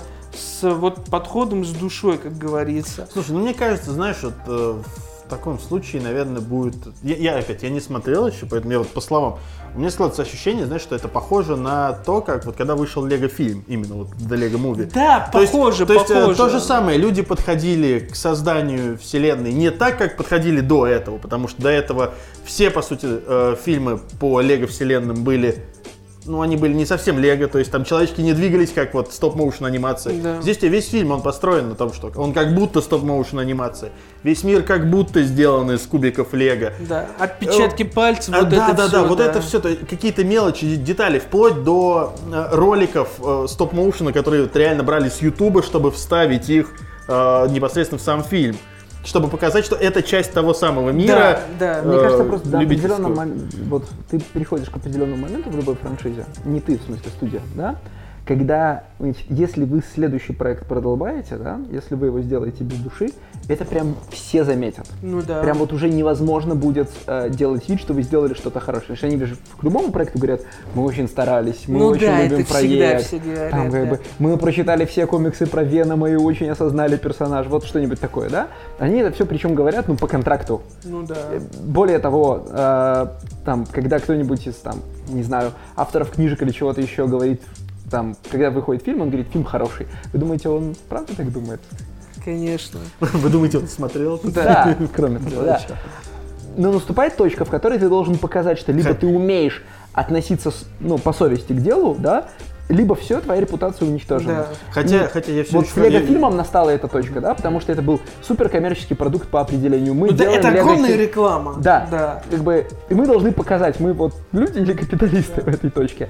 с вот подходом, с душой, как говорится. Слушай, ну мне кажется, знаешь, вот в таком случае, наверное, будет... Я не смотрел еще, поэтому я вот по словам... У меня складывается ощущение, знаешь, что это похоже на то, как вот когда вышел Лего-фильм, именно вот The Lego Movie. Да, похоже. То есть то же самое, люди подходили к созданию вселенной не так, как подходили до этого, потому что до этого все, по сути, фильмы по Лего-вселенным были... Ну, они были не совсем лего, то есть там человечки не двигались, как вот стоп-моушен анимация. Да. Здесь тебе весь фильм, он построен на том, что он как будто стоп-моушен анимация. Весь мир как будто сделан из кубиков лего. Да, отпечатки пальцев, вот да, это да, все. Да, вот это все, какие-то мелочи, детали, вплоть до роликов стоп-моушена, которые вот реально брали с Ютуба, чтобы вставить их непосредственно в сам фильм. Чтобы показать, что это часть того самого мира. Да. Мне кажется, просто до определенного момента, вот ты переходишь к определенному моменту в любой франшизе, не ты, в смысле студия, да, когда, если вы следующий проект продолбаете, да, если вы его сделаете без души, это прям все заметят. Ну да. Прям вот уже невозможно будет делать вид, что вы сделали что-то хорошее. Потому что они же к любому проекту говорят, мы очень старались, мы очень любим проект. Все говорят, там, как бы, мы прочитали все комиксы про Венома и очень осознали персонаж, вот что-нибудь такое, да? Они это все причем говорят, по контракту. Ну да. Более того, там, когда кто-нибудь из, там, не знаю, авторов книжек или чего-то еще говорит, там, когда выходит фильм, он говорит, фильм хороший. Вы думаете, он правда так думает? Конечно. Вы думаете, он смотрел? Да, кроме того, да. Но наступает точка, в которой ты должен показать, что либо ты умеешь относиться по совести к делу, да, либо все, твоя репутация уничтожена. Да. Хотя я все вот с Лего-фильмом настала эта точка, да, потому что это был суперкоммерческий продукт по определению. Мы делаем это огромная реклама. Да. Как бы, и мы должны показать, мы вот люди или капиталисты в этой точке.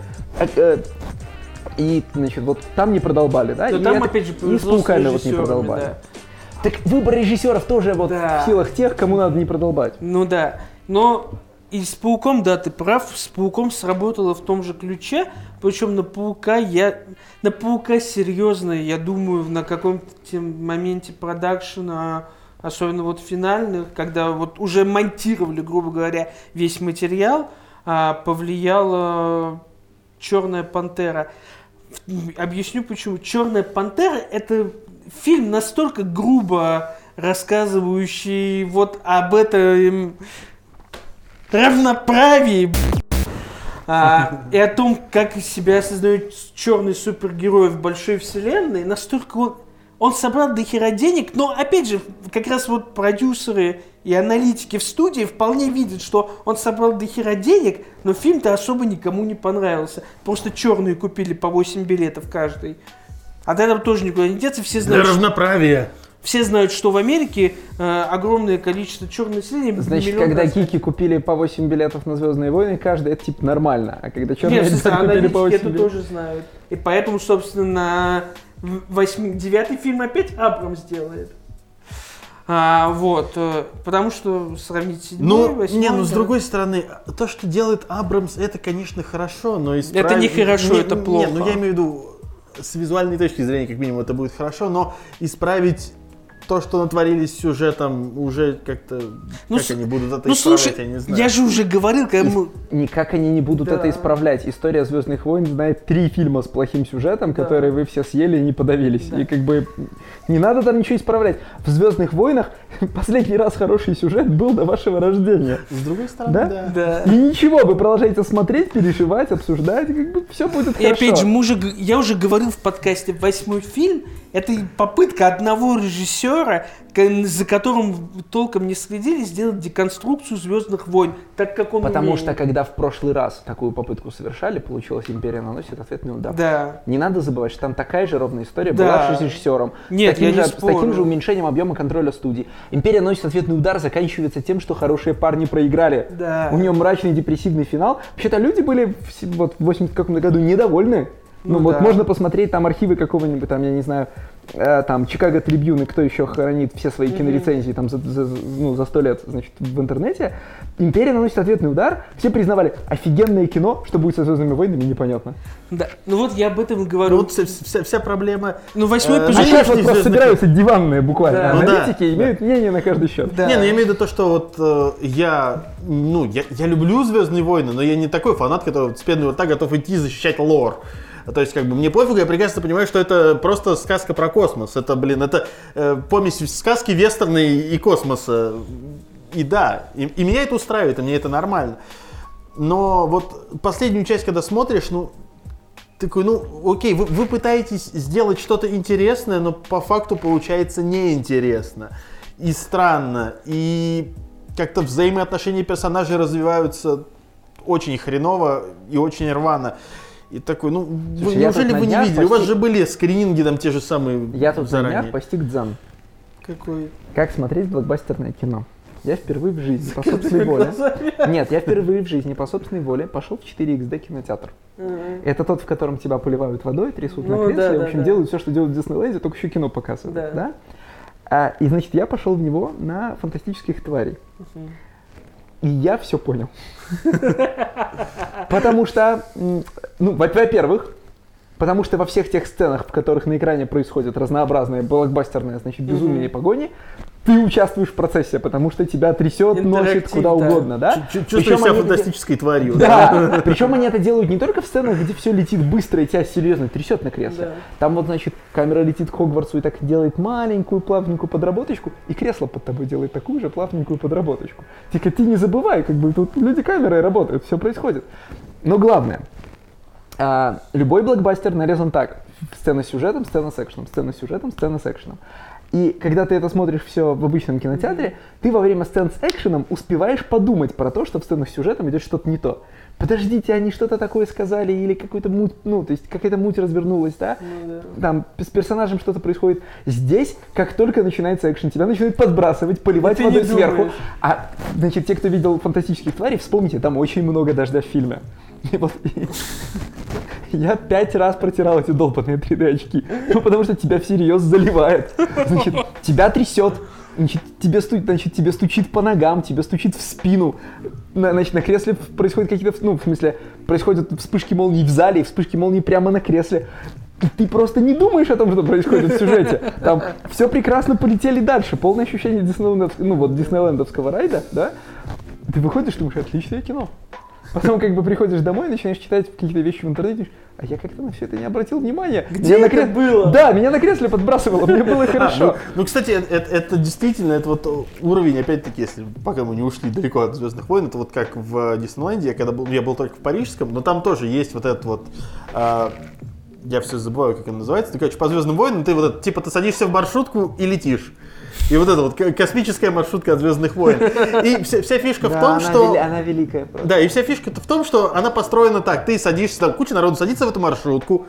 И, значит, вот там не продолбали, да? Но и там, это, опять же, и с Пауками вот не продолбали. Да. Так выбор режиссеров тоже вот в силах тех, кому надо не продолбать. Ну да, но и с Пауком, да, ты прав, с Пауком сработало в том же ключе, причем на Паука серьезно, я думаю, на каком-то моменте продакшена, особенно вот финальных, когда вот уже монтировали, грубо говоря, весь материал, повлияла «Черная пантера». Объясню почему. «Черная пантера» — это фильм настолько грубо рассказывающий вот об этом равноправии и о том, как себя осознают черный супергерой в большой вселенной, настолько он собрал до хера денег, но опять же, как раз вот продюсеры и аналитики в студии вполне видят, что он собрал до хера денег, но фильм-то особо никому не понравился. Просто черные купили по 8 билетов каждый. От этого тоже никуда не деться, все знают. Для равноправия. Все знают, что в Америке огромное количество черного населения. Значит, когда гики купили по 8 билетов на «Звездные войны», каждый, это типа нормально. А когда черные купили по 8 это тоже знают. И поэтому, собственно, 9-й фильм опять Абрамс делает. Потому что сравнить 7-й, 8-й... с другой стороны, то, что делает Абрамс, это, конечно, хорошо, но исправить... Это не хорошо, это плохо. Я имею в виду, с визуальной точки зрения, как минимум, это будет хорошо, но исправить то, что натворили с сюжетом, уже как-то... как они будут это исправлять, я не знаю. Я же уже говорил, когда мы... Никак они не будут это исправлять. История «Звездных войн» знает 3 фильма с плохим сюжетом, которые вы все съели и не подавились. Да. И как бы не надо там ничего исправлять. В «Звездных войнах» последний раз хороший сюжет был до вашего рождения. С другой стороны, да. И ничего, вы продолжаете смотреть, переживать, обсуждать, и как бы все будет хорошо. И опять же, я уже говорил в подкасте, 8-й фильм — это попытка одного режиссера, за которым толком не следили, сделать деконструкцию «Звездных войн», так как он Потому что, когда в прошлый раз такую попытку совершали, получилось «Империя наносит ответный удар». Да. Не надо забывать, что там такая же ровная история была с режиссером. Нет, с таким же уменьшением объема контроля студии. «Империя наносит ответный удар» заканчивается тем, что хорошие парни проиграли. Да. У нее мрачный депрессивный финал. Вообще-то люди были в 80 каком-то году недовольны. Можно посмотреть там архивы какого-нибудь, там, я не знаю, там, Chicago Tribune и кто еще хранит все свои кинорецензии там за 100 лет, значит, в интернете, «Империя» наносит ответный удар, все признавали, офигенное кино, что будет со «Звездными войнами», непонятно. Да, ну вот я об этом говорю. Вот вся проблема... Ну, восьмой А сейчас вот просто «Звездных собираются диванные буквально Да. аналитики, имеют мнение на каждый счет. Да. Не, ну я имею в виду то, что вот я люблю «Звездные войны», но я не такой фанат, который с пеной вот так готов идти защищать лор. То есть, как бы, мне пофигу, я прекрасно понимаю, что это просто сказка про космос. Это, это помесь сказки, вестерна и космоса. И да, и меня это устраивает, и мне это нормально. Но вот последнюю часть, когда смотришь, такой, окей, вы пытаетесь сделать что-то интересное, но по факту получается неинтересно. И странно, и как-то взаимоотношения персонажей развиваются очень хреново и очень рвано. И такой, неужели вы не видели? У вас же были скрининги там те же самые Я тут заранее. на днях постиг дзен. Какой? Как смотреть блокбастерное кино. Я впервые в жизни по собственной воле... Нет, я впервые в жизни по собственной воле пошел в 4XD кинотеатр. Это тот, в котором тебя поливают водой, трясут на кресле, в общем, делают все, что делают в Диснейленде, только еще кино показывают. Да? И, значит, я пошел в него на «Фантастических тварей». И я все понял. Потому что, во-первых, потому что во всех тех сценах, в которых на экране происходит разнообразное блокбастерное, значит, безумие и погони, ты участвуешь в процессе, потому что тебя трясет, носит куда угодно, да? Чувствуешь себя фантастической тварью. Да, причем они это делают не только в сценах, где все летит быстро и тебя серьезно трясет на кресле. Да. Там вот, значит, камера летит к Хогвартсу и так делает маленькую плавненькую подработочку, и кресло под тобой делает такую же плавненькую подработочку. Только ты не забывай, как бы тут люди камерой работают, все происходит. Но главное, любой блокбастер нарезан так. Сцена с сюжетом, сцена с экшеном, сцена с сюжетом, сцена с экшеном. И когда ты это смотришь все в обычном кинотеатре, ты во время сцен с экшеном успеваешь подумать про то, что в сценах с сюжетом идет что-то не то. Подождите, они что-то такое сказали, или какую-то муть, то есть какая-то муть развернулась, да? Там с персонажем что-то происходит. Здесь, как только начинается экшен, тебя начинают подбрасывать, поливать водой сверху. А, значит, те, кто видел «Фантастических тварей», вспомните, там очень много дождя в фильме. Я 5 раз протирал эти долбаные 3D-очки, потому что тебя всерьез заливает. Значит, тебя трясет, значит, тебе стучит по ногам, тебе стучит в спину. Значит, на кресле происходят какие-то, происходят вспышки молний в зале и вспышки молний прямо на кресле. И ты просто не думаешь о том, что происходит в сюжете. Там все прекрасно, полетели дальше. Полное ощущение диснейлендовского райда, да? Ты выходишь, думаешь, отличное кино. Потом как бы приходишь домой, начинаешь читать какие-то вещи в интернете, а я как-то на все это не обратил внимания. Где это было? Да, меня на кресле подбрасывало, мне было хорошо. Кстати, это действительно, это вот уровень, опять-таки, если пока мы не ушли далеко от «Звездных войн», это вот как в Диснейленде, я был только в парижском, но там тоже есть вот этот вот... я все забываю, как он называется. Ты, короче, по «Звездным войнам» ты вот это, типа, ты садишься в маршрутку и летишь. И вот эта вот космическая маршрутка от «Звездных войн». И вся фишка в том, что... она великая просто. Да, и вся фишка в том, что она построена так. Ты садишься, там куча народу садится в эту маршрутку.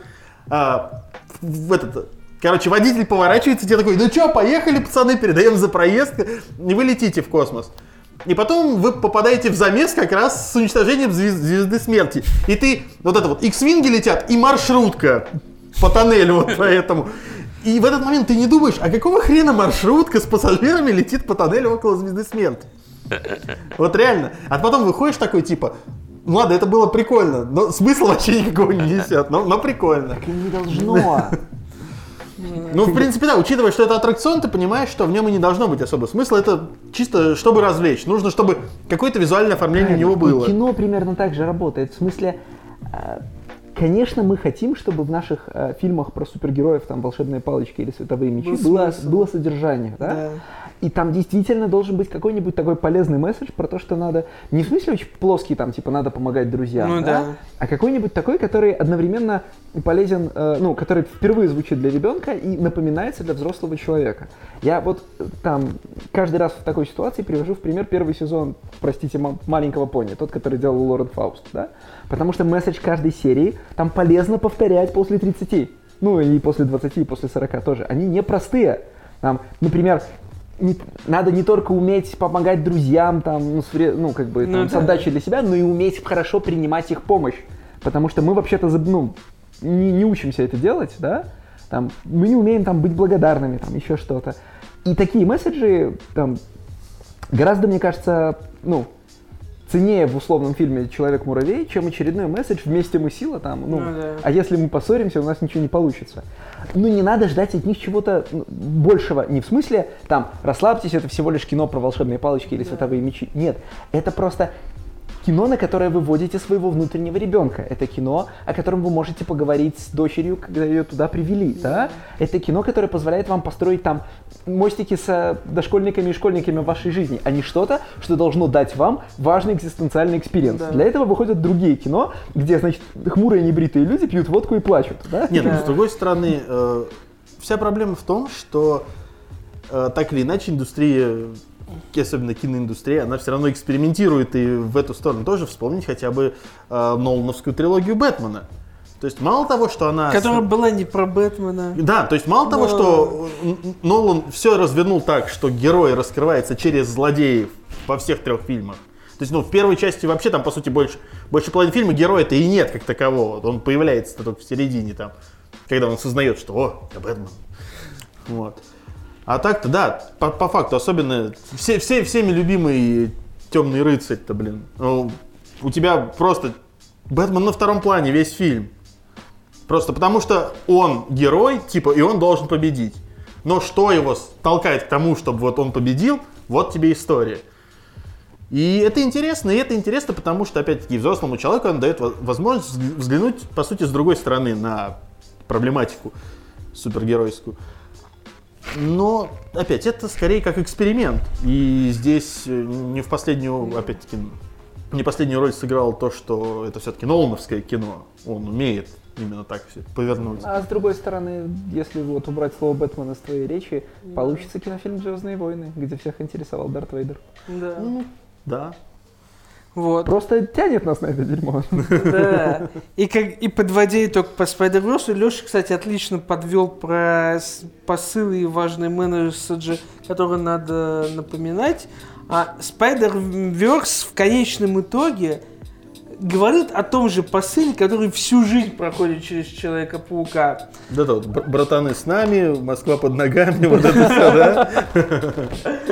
Короче, водитель поворачивается, тебе такой, ну что, поехали, пацаны, передаем за проезд, и вы летите в космос. И потом вы попадаете в замес как раз с уничтожением звезды смерти. И ты, вот это вот, X-винги летят и маршрутка по тоннелю вот поэтому. И в этот момент ты не думаешь, а какого хрена маршрутка с пассажирами летит по тоннелю около звезды смерти? Вот реально. А потом выходишь такой, типа, ну ладно, это было прикольно, но смысла вообще никакого не несет, но прикольно. Так и не должно. Ну, в принципе, да, учитывая, что это аттракцион, ты понимаешь, что в нем и не должно быть особо смысла. Это чисто, чтобы развлечь. Нужно, чтобы какое-то визуальное оформление у него было. Кино примерно так же работает. В смысле, конечно, мы хотим, чтобы в наших фильмах про супергероев, там, волшебные палочки или световые мечи было содержание, да? И там действительно должен быть какой-нибудь такой полезный месседж про то, что надо, не в смысле очень плоский, там, типа, надо помогать друзьям, а какой-нибудь такой, который одновременно полезен, который впервые звучит для ребенка и напоминается для взрослого человека. Я вот там каждый раз в такой ситуации привожу в пример первый сезон, простите, «Маленького пони», тот, который делал Лорен Фауст, да? Потому что месседж каждой серии там полезно повторять после 30, и после 20, и после 40 тоже. Они непростые. Там, например, надо не только уметь помогать друзьям, там, с отдачей для себя, но и уметь хорошо принимать их помощь. Потому что мы вообще-то не учимся это делать, да? там, мы не умеем там быть благодарными, там, еще что-то. И такие месседжи, там, гораздо, мне кажется, ну, ценнее в условном фильме «Человек-муравей», чем очередной месседж «Вместе мы сила», там, а если мы поссоримся, у нас ничего не получится. Ну, не надо ждать от них чего-то большего, не в смысле, там, расслабьтесь, это всего лишь кино про волшебные палочки или световые мечи. Нет, это просто кино, на которое вы вводите своего внутреннего ребенка. Это кино, о котором вы можете поговорить с дочерью, когда ее туда привели, да? Это кино, которое позволяет вам построить там мостики с дошкольниками и школьниками в вашей жизни, а не что-то, что должно дать вам важный экзистенциальный экспириенс. Да. Для этого выходят другие кино, где, значит, хмурые небритые люди пьют водку и плачут, да? Нет, с другой стороны, вся проблема в том, что так или иначе индустрия, особенно киноиндустрия, она все равно экспериментирует и в эту сторону тоже. Вспомнить хотя бы Нолановскую трилогию Бэтмена. То есть мало того, что она... Которая была не про Бэтмена. Да, то есть мало того, что Нолан все развернул так, что герой раскрывается через злодеев во всех 3 фильмах. То есть, в первой части вообще там, по сути, больше половины фильма героя-то и нет как такового. Он появляется только в середине, там, когда он осознает, что это Бэтмен. Вот. А так-то, да, по факту, особенно всеми любимый Темный рыцарь-то, блин. У тебя просто Бэтмен на втором плане весь фильм. Просто потому что он герой, типа, и он должен победить. Но что его толкает к тому, чтобы вот он победил, вот тебе история. И это интересно, потому что, опять-таки, взрослому человеку он дает возможность взглянуть, по сути, с другой стороны на проблематику супергеройскую. Но, опять, это скорее как эксперимент. И здесь не последнюю роль сыграло то, что это все-таки нолановское кино. Он умеет именно так все повернуть. А с другой стороны, если вот убрать слово Бэтмен из твоей речи, получится кинофильм «Звездные войны», где всех интересовал Дарт Вейдер. Да. Да. Вот. Просто тянет нас на это дерьмо. Да. И подводя итог по Spider-Verse, Леша, кстати, отлично подвел про посылы и важные менеджеры, которые надо напоминать. А Spider-Verse в конечном итоге говорит о том же посыле, который всю жизнь проходит через Человека-паука. Да, вот братаны с нами, Москва под ногами, вот это все, да?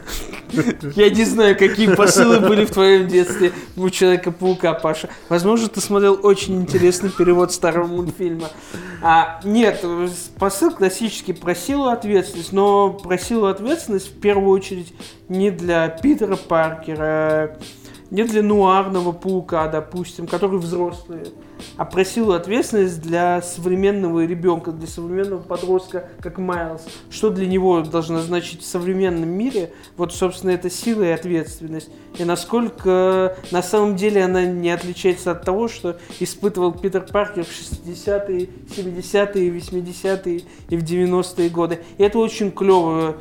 Я не знаю, какие посылы были в твоем детстве у Человека-паука, Паша. Возможно, ты смотрел очень интересный перевод старого мультфильма. Нет, посыл классический про силу и ответственность, но про силу и ответственность в первую очередь не для Питера Паркера, не для нуарного паука, допустим, который взрослый, а про силу и ответственность для современного ребенка, для современного подростка, как Майлз. Что для него должно значить в современном мире? Вот, собственно, это сила и ответственность. И насколько на самом деле она не отличается от того, что испытывал Питер Паркер в 60-е, 70-е, 80-е и в 90-е годы. И это очень клево.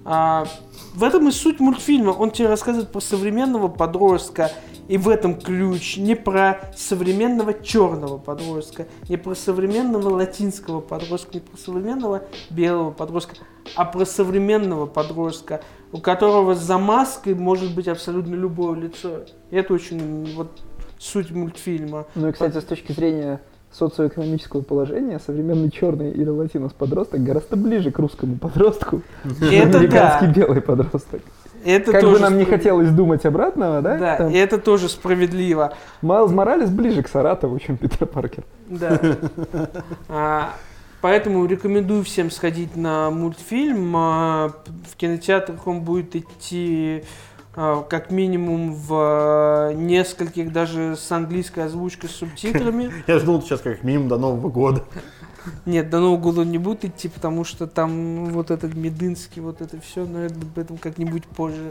В этом и суть мультфильма. Он тебе рассказывает про современного подростка. И в этом ключ. Не про современного черного подростка, не про современного латинского подростка, не про современного белого подростка, а про современного подростка, у которого за маской может быть абсолютно любое лицо. И это очень суть мультфильма. Ну и, кстати, с точки зрения социоэкономического положения, современный черный или латинос-подросток гораздо ближе к русскому подростку, чем американский белый подросток. Это как бы нам не хотелось думать обратного, да? Да, и это тоже справедливо. Майлз Моралес ближе к Саратову, чем Питер Паркер. Да. Поэтому рекомендую всем сходить на мультфильм. В кинотеатрах он будет идти как минимум в нескольких, даже с английской озвучкой, с субтитрами. Я жду сейчас как минимум до Нового года. Нет, до Нового года он не будет идти, потому что там вот этот Медынский, вот это все, но об этом как-нибудь позже.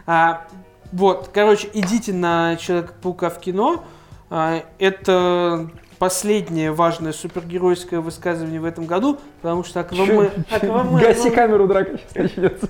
Идите на Человека-паука в кино. Это последнее важное супергеройское высказывание в этом году, потому что Аквамен... Гаси камеру, драка сейчас начнется.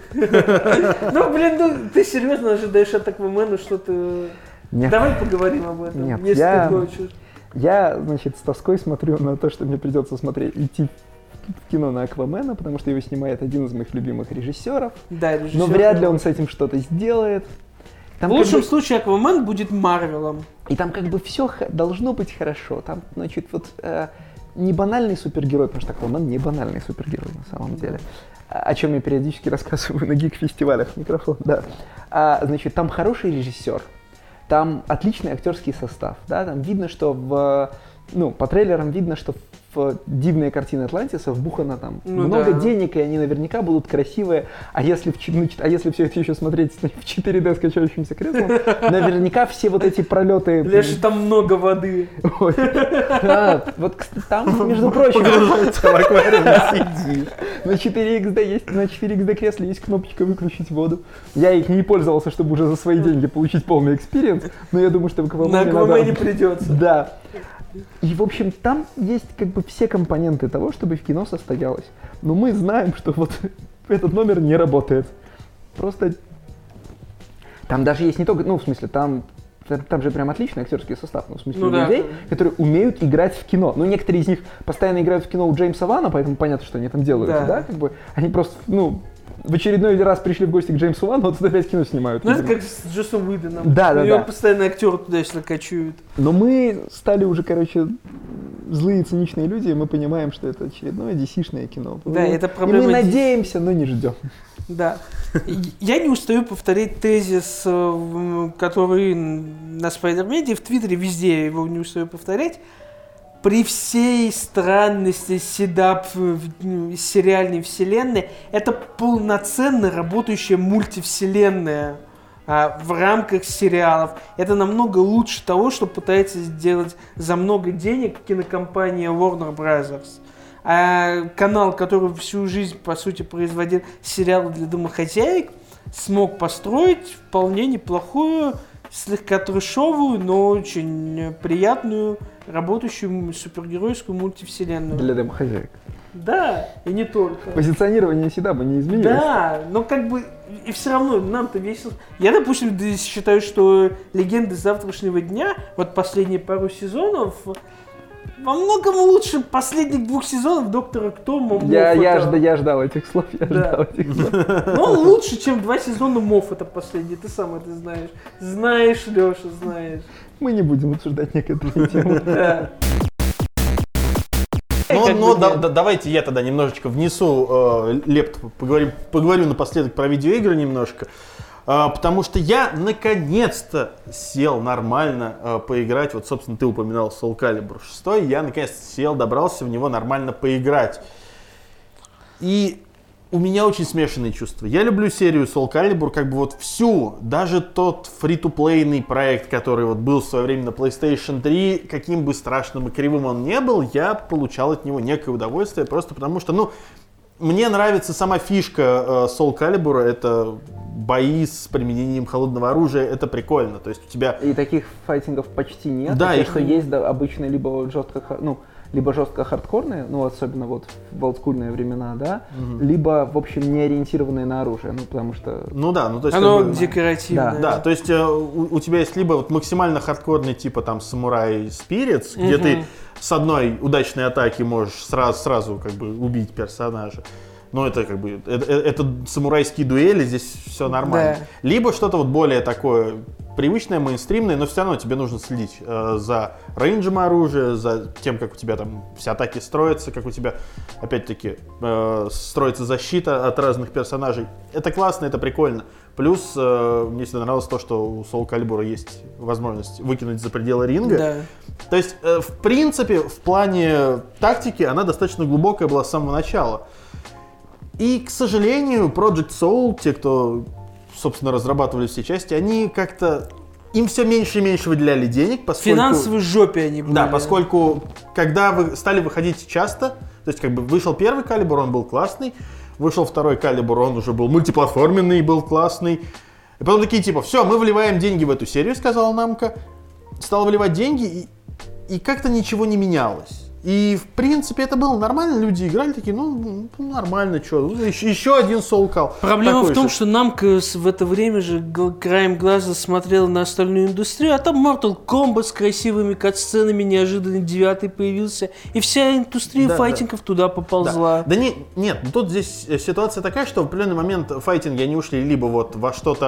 Ты серьезно ожидаешь от Аквамена что-то... Нет. Давай поговорим об этом, Нет, если ты хочешь. Я, с тоской смотрю на то, что мне придется идти в кино на Аквамена, потому что его снимает один из моих любимых режиссеров. Да, режиссер. Но вряд ли он с этим что-то сделает. Там в лучшем случае Аквамен будет Марвелом. И там все должно быть хорошо. Там, не банальный супергерой, потому что Аквамен не банальный супергерой на самом деле. О чем я периодически рассказываю на гик-фестивалях. Микрофон, да. Значит, там хороший режиссер, там отличный актерский состав, да, там видно, что по трейлерам видно, что в дивные картины Атлантиса вбухано там много денег, и они наверняка будут красивые. А если все это еще смотреть в 4D с качающимся креслом, наверняка все вот эти пролеты... Леша, там много воды. Ой. Да, вот там, между прочим, Погружается в аквариум и сидишь. на 4XD кресле есть кнопочка «Выключить воду». Я их не пользовался, чтобы уже за свои деньги получить полный экспириенс, но я думаю, что в Аквамене На Аквамене придется. Да. И, в общем, там есть как бы все компоненты того, чтобы в кино состоялось. Но мы знаем, что вот этот номер не работает. Просто там даже есть не только, в смысле, там же прям отличный актерский состав, в смысле людей, которые умеют играть в кино. Но некоторые из них постоянно играют в кино у Джеймса Вана, поэтому понятно, что они там делают, да? Как бы они просто, в очередной раз пришли в гости к Джеймсу Вану, вот тут опять кино снимают. Это как с Джоссом Уидоном. Да. Его постоянно актеры туда-сюда качуют. Но мы стали уже, злые циничные люди, и мы понимаем, что это очередное DC-шное кино. Да, это проблема. И мы надеемся, но не ждем. Да. Я не устаю повторять тезис, который на Spider-Man, в Твиттере, везде его не устаю повторять. При всей странности седап сериальной вселенной, это полноценно работающая мультивселенная в рамках сериалов. Это намного лучше того, что пытается сделать за много денег кинокомпания Warner Brothers. А канал, который всю жизнь, по сути, производил сериалы для домохозяек, смог построить вполне неплохую, слегка трэшовую, но очень приятную, работающую супергеройскую мультивселенную. Для домохозяек. Да, и не только. Позиционирование всегда бы не изменилось. Да, но и все равно нам-то весело. Я, допустим, считаю, что «Легенды завтрашнего дня», вот последние пару сезонов, во многом лучше последних 2 сезонов «Доктора Кто». Я ждал этих слов, Но лучше, чем 2 сезона Моффата последние, ты сам это знаешь. Знаешь, Леша, знаешь. Мы не будем обсуждать некоторые темы. Да. Давайте я тогда немножечко внесу лепту, поговорю напоследок про видеоигры немножко. Потому что я наконец-то сел нормально поиграть. Вот, собственно, ты упоминал Soul Calibur 6. Я наконец-то сел, добрался в него нормально поиграть. И у меня очень смешанные чувства. Я люблю серию Soul Calibur, всю. Даже тот фри-то-плейный проект, который был в свое время на PlayStation 3, каким бы страшным и кривым он не был, я получал от него некое удовольствие, просто потому что, мне нравится сама фишка Soul Calibur, это бои с применением холодного оружия, это прикольно. То есть у тебя... И таких файтингов почти нет. Да, что есть обычно либо жестко хардкорные, особенно в олдскульные времена, да, либо, в общем, не ориентированные на оружие, потому что... то есть... Оно декоративное. Да, то есть у тебя есть либо вот максимально хардкорный, типа там Samurai Spirits, где ты с одной удачной атаки можешь сразу как бы убить персонажа. Но это как бы, это самурайские дуэли, здесь все нормально. Да. Либо что-то вот более такое привычное, мейнстримное, но все равно тебе нужно следить за рейнджем оружия, за тем, как у тебя там все атаки строятся, как у тебя, опять-таки, строится защита от разных персонажей. Это классно, это прикольно. Плюс мне всегда нравилось то, что у Soul Calibur есть возможность выкинуть за пределы ринга. Да. То есть, в принципе, в плане тактики она достаточно глубокая была с самого начала. И, к сожалению, Project Soul, те, кто, собственно, разрабатывали все части, они как-то... Им все меньше и меньше выделяли денег, поскольку... В финансовой жопе они были. Да, поскольку, когда вы стали выходить часто, то есть, как бы, вышел первый Calibur, он был классный, вышел второй Calibur, он уже был мультиплатформенный, был классный. И потом такие, типа, все, мы вливаем деньги в эту серию, сказала Намко. Стал вливать деньги, и как-то ничего не менялось. И, в принципе, это было нормально, люди играли такие, нормально, что, еще один Soul Calibur. Проблема в том, что Намко в это время же краем глаза смотрела на остальную индустрию, а там Mortal Kombat с красивыми кат-сценами, неожиданно 9-й появился, и вся индустрия файтингов туда поползла. Да нет, тут здесь ситуация такая, что в определенный момент файтинги, они ушли либо вот во что-то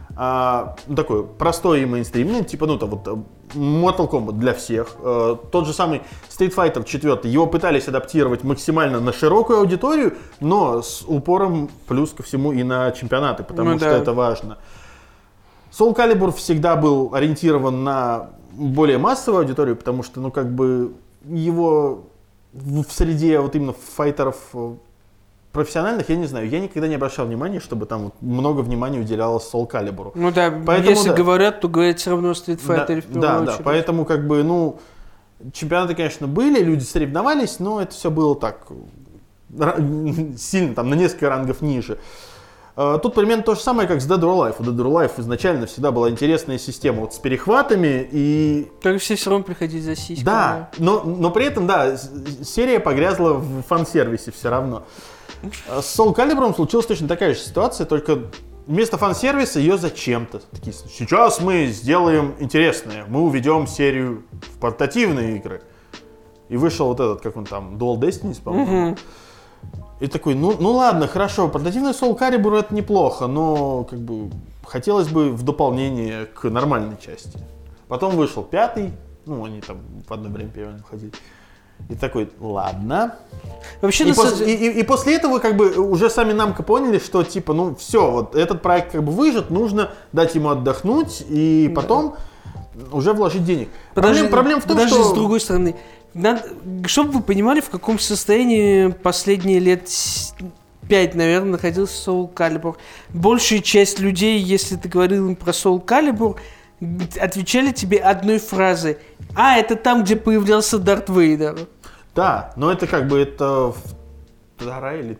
такой простой и мейнстримный, типа, ну, там вот Mortal Kombat для всех. Тот же самый Street Fighter 4, его пытались адаптировать максимально на широкую аудиторию, но с упором плюс ко всему и на чемпионаты, потому что это важно. Soul Calibur всегда был ориентирован на более массовую аудиторию, потому что, ну, как бы, его в среде вот именно файтеров профессиональных, я не знаю, я никогда не обращал внимания, чтобы там вот много внимания уделялось Soul Calibur. Ну да, поэтому, если говорят, то говорят все равно о Street Fighter в первую очередь. Да, поэтому как бы, ну, чемпионаты, конечно, были, люди соревновались, но это все было так, сильно, там, на несколько рангов ниже. Тут примерно то же самое, как с Dead or Alive. У Dead or Alive изначально всегда была интересная система вот с перехватами и... Только все равно приходили за сиськами. Да, но при этом, да, серия погрязла в фан-сервисе все равно. С Soul Calibur случилась точно такая же ситуация, только вместо фан-сервиса ее зачем-то. Такие, сейчас мы сделаем интересное, мы уведем серию в портативные игры. И вышел вот этот, как он там, Dual Destinies, по-моему. И такой, ну ладно, хорошо, портативный Soul Calibur это неплохо, но как бы хотелось бы в дополнение к нормальной части. Потом вышел 5-й, ну они там в одно время первым ходили. И такой, ладно. Вообще, и после этого как бы уже сами Namco поняли, что типа, ну все, вот этот проект как бы выжит, нужно дать ему отдохнуть и потом уже вложить денег. Проблема в том, что... с другой стороны, чтобы вы понимали, в каком состоянии последние лет 5, наверное, находился Soul Calibur. Большая часть людей, если ты говорил им про Soul Calibur, отвечали тебе одной фразой. Это там, где появлялся Дарт Вейдер. Да, но это как бы это вторая или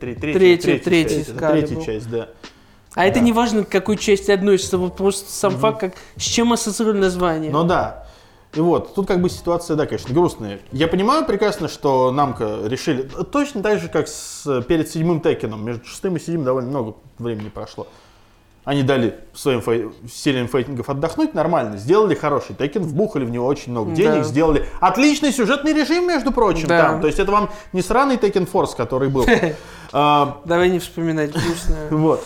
третья часть, да. Это не важно, к какой части относится, вот просто сам факт, как, с чем ассоциировали название. Ну да. И вот, тут как бы ситуация, да, конечно, грустная. Я понимаю прекрасно, что Namco решили, точно так же, как перед 7-м Теккеном, между 6-м и 7-м довольно много времени прошло. Они дали своим сериям файтингов отдохнуть нормально, сделали хороший Теккен, вбухали в него очень много денег, сделали отличный сюжетный режим, между прочим, там. То есть это вам не сраный Tekken Force, который был. Давай не вспоминать грустно. Вот.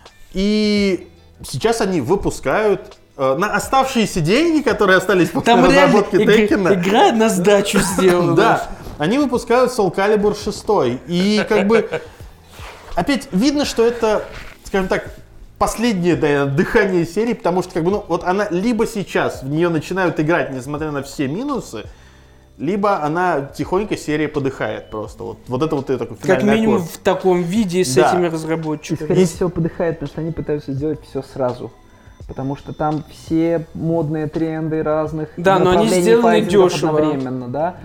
И сейчас они выпускают на оставшиеся деньги, которые остались после разработки Теккена. Игра на сдачу сделана. Да, они выпускают Soul Calibur 6. И как бы опять видно, что это, скажем так, последнее, наверное, дыхание серии, потому что как бы, ну, вот она либо сейчас в нее начинают играть, несмотря на все минусы, либо она тихонько серия подыхает просто. Вот это вот такой финальный как минимум аккорд. В таком виде с этими разработчиками. И, скорее всего, подыхает, потому что они пытаются сделать все сразу. Потому что там все модные тренды разных. Да, но они сделаны дешево. Одновременно, да.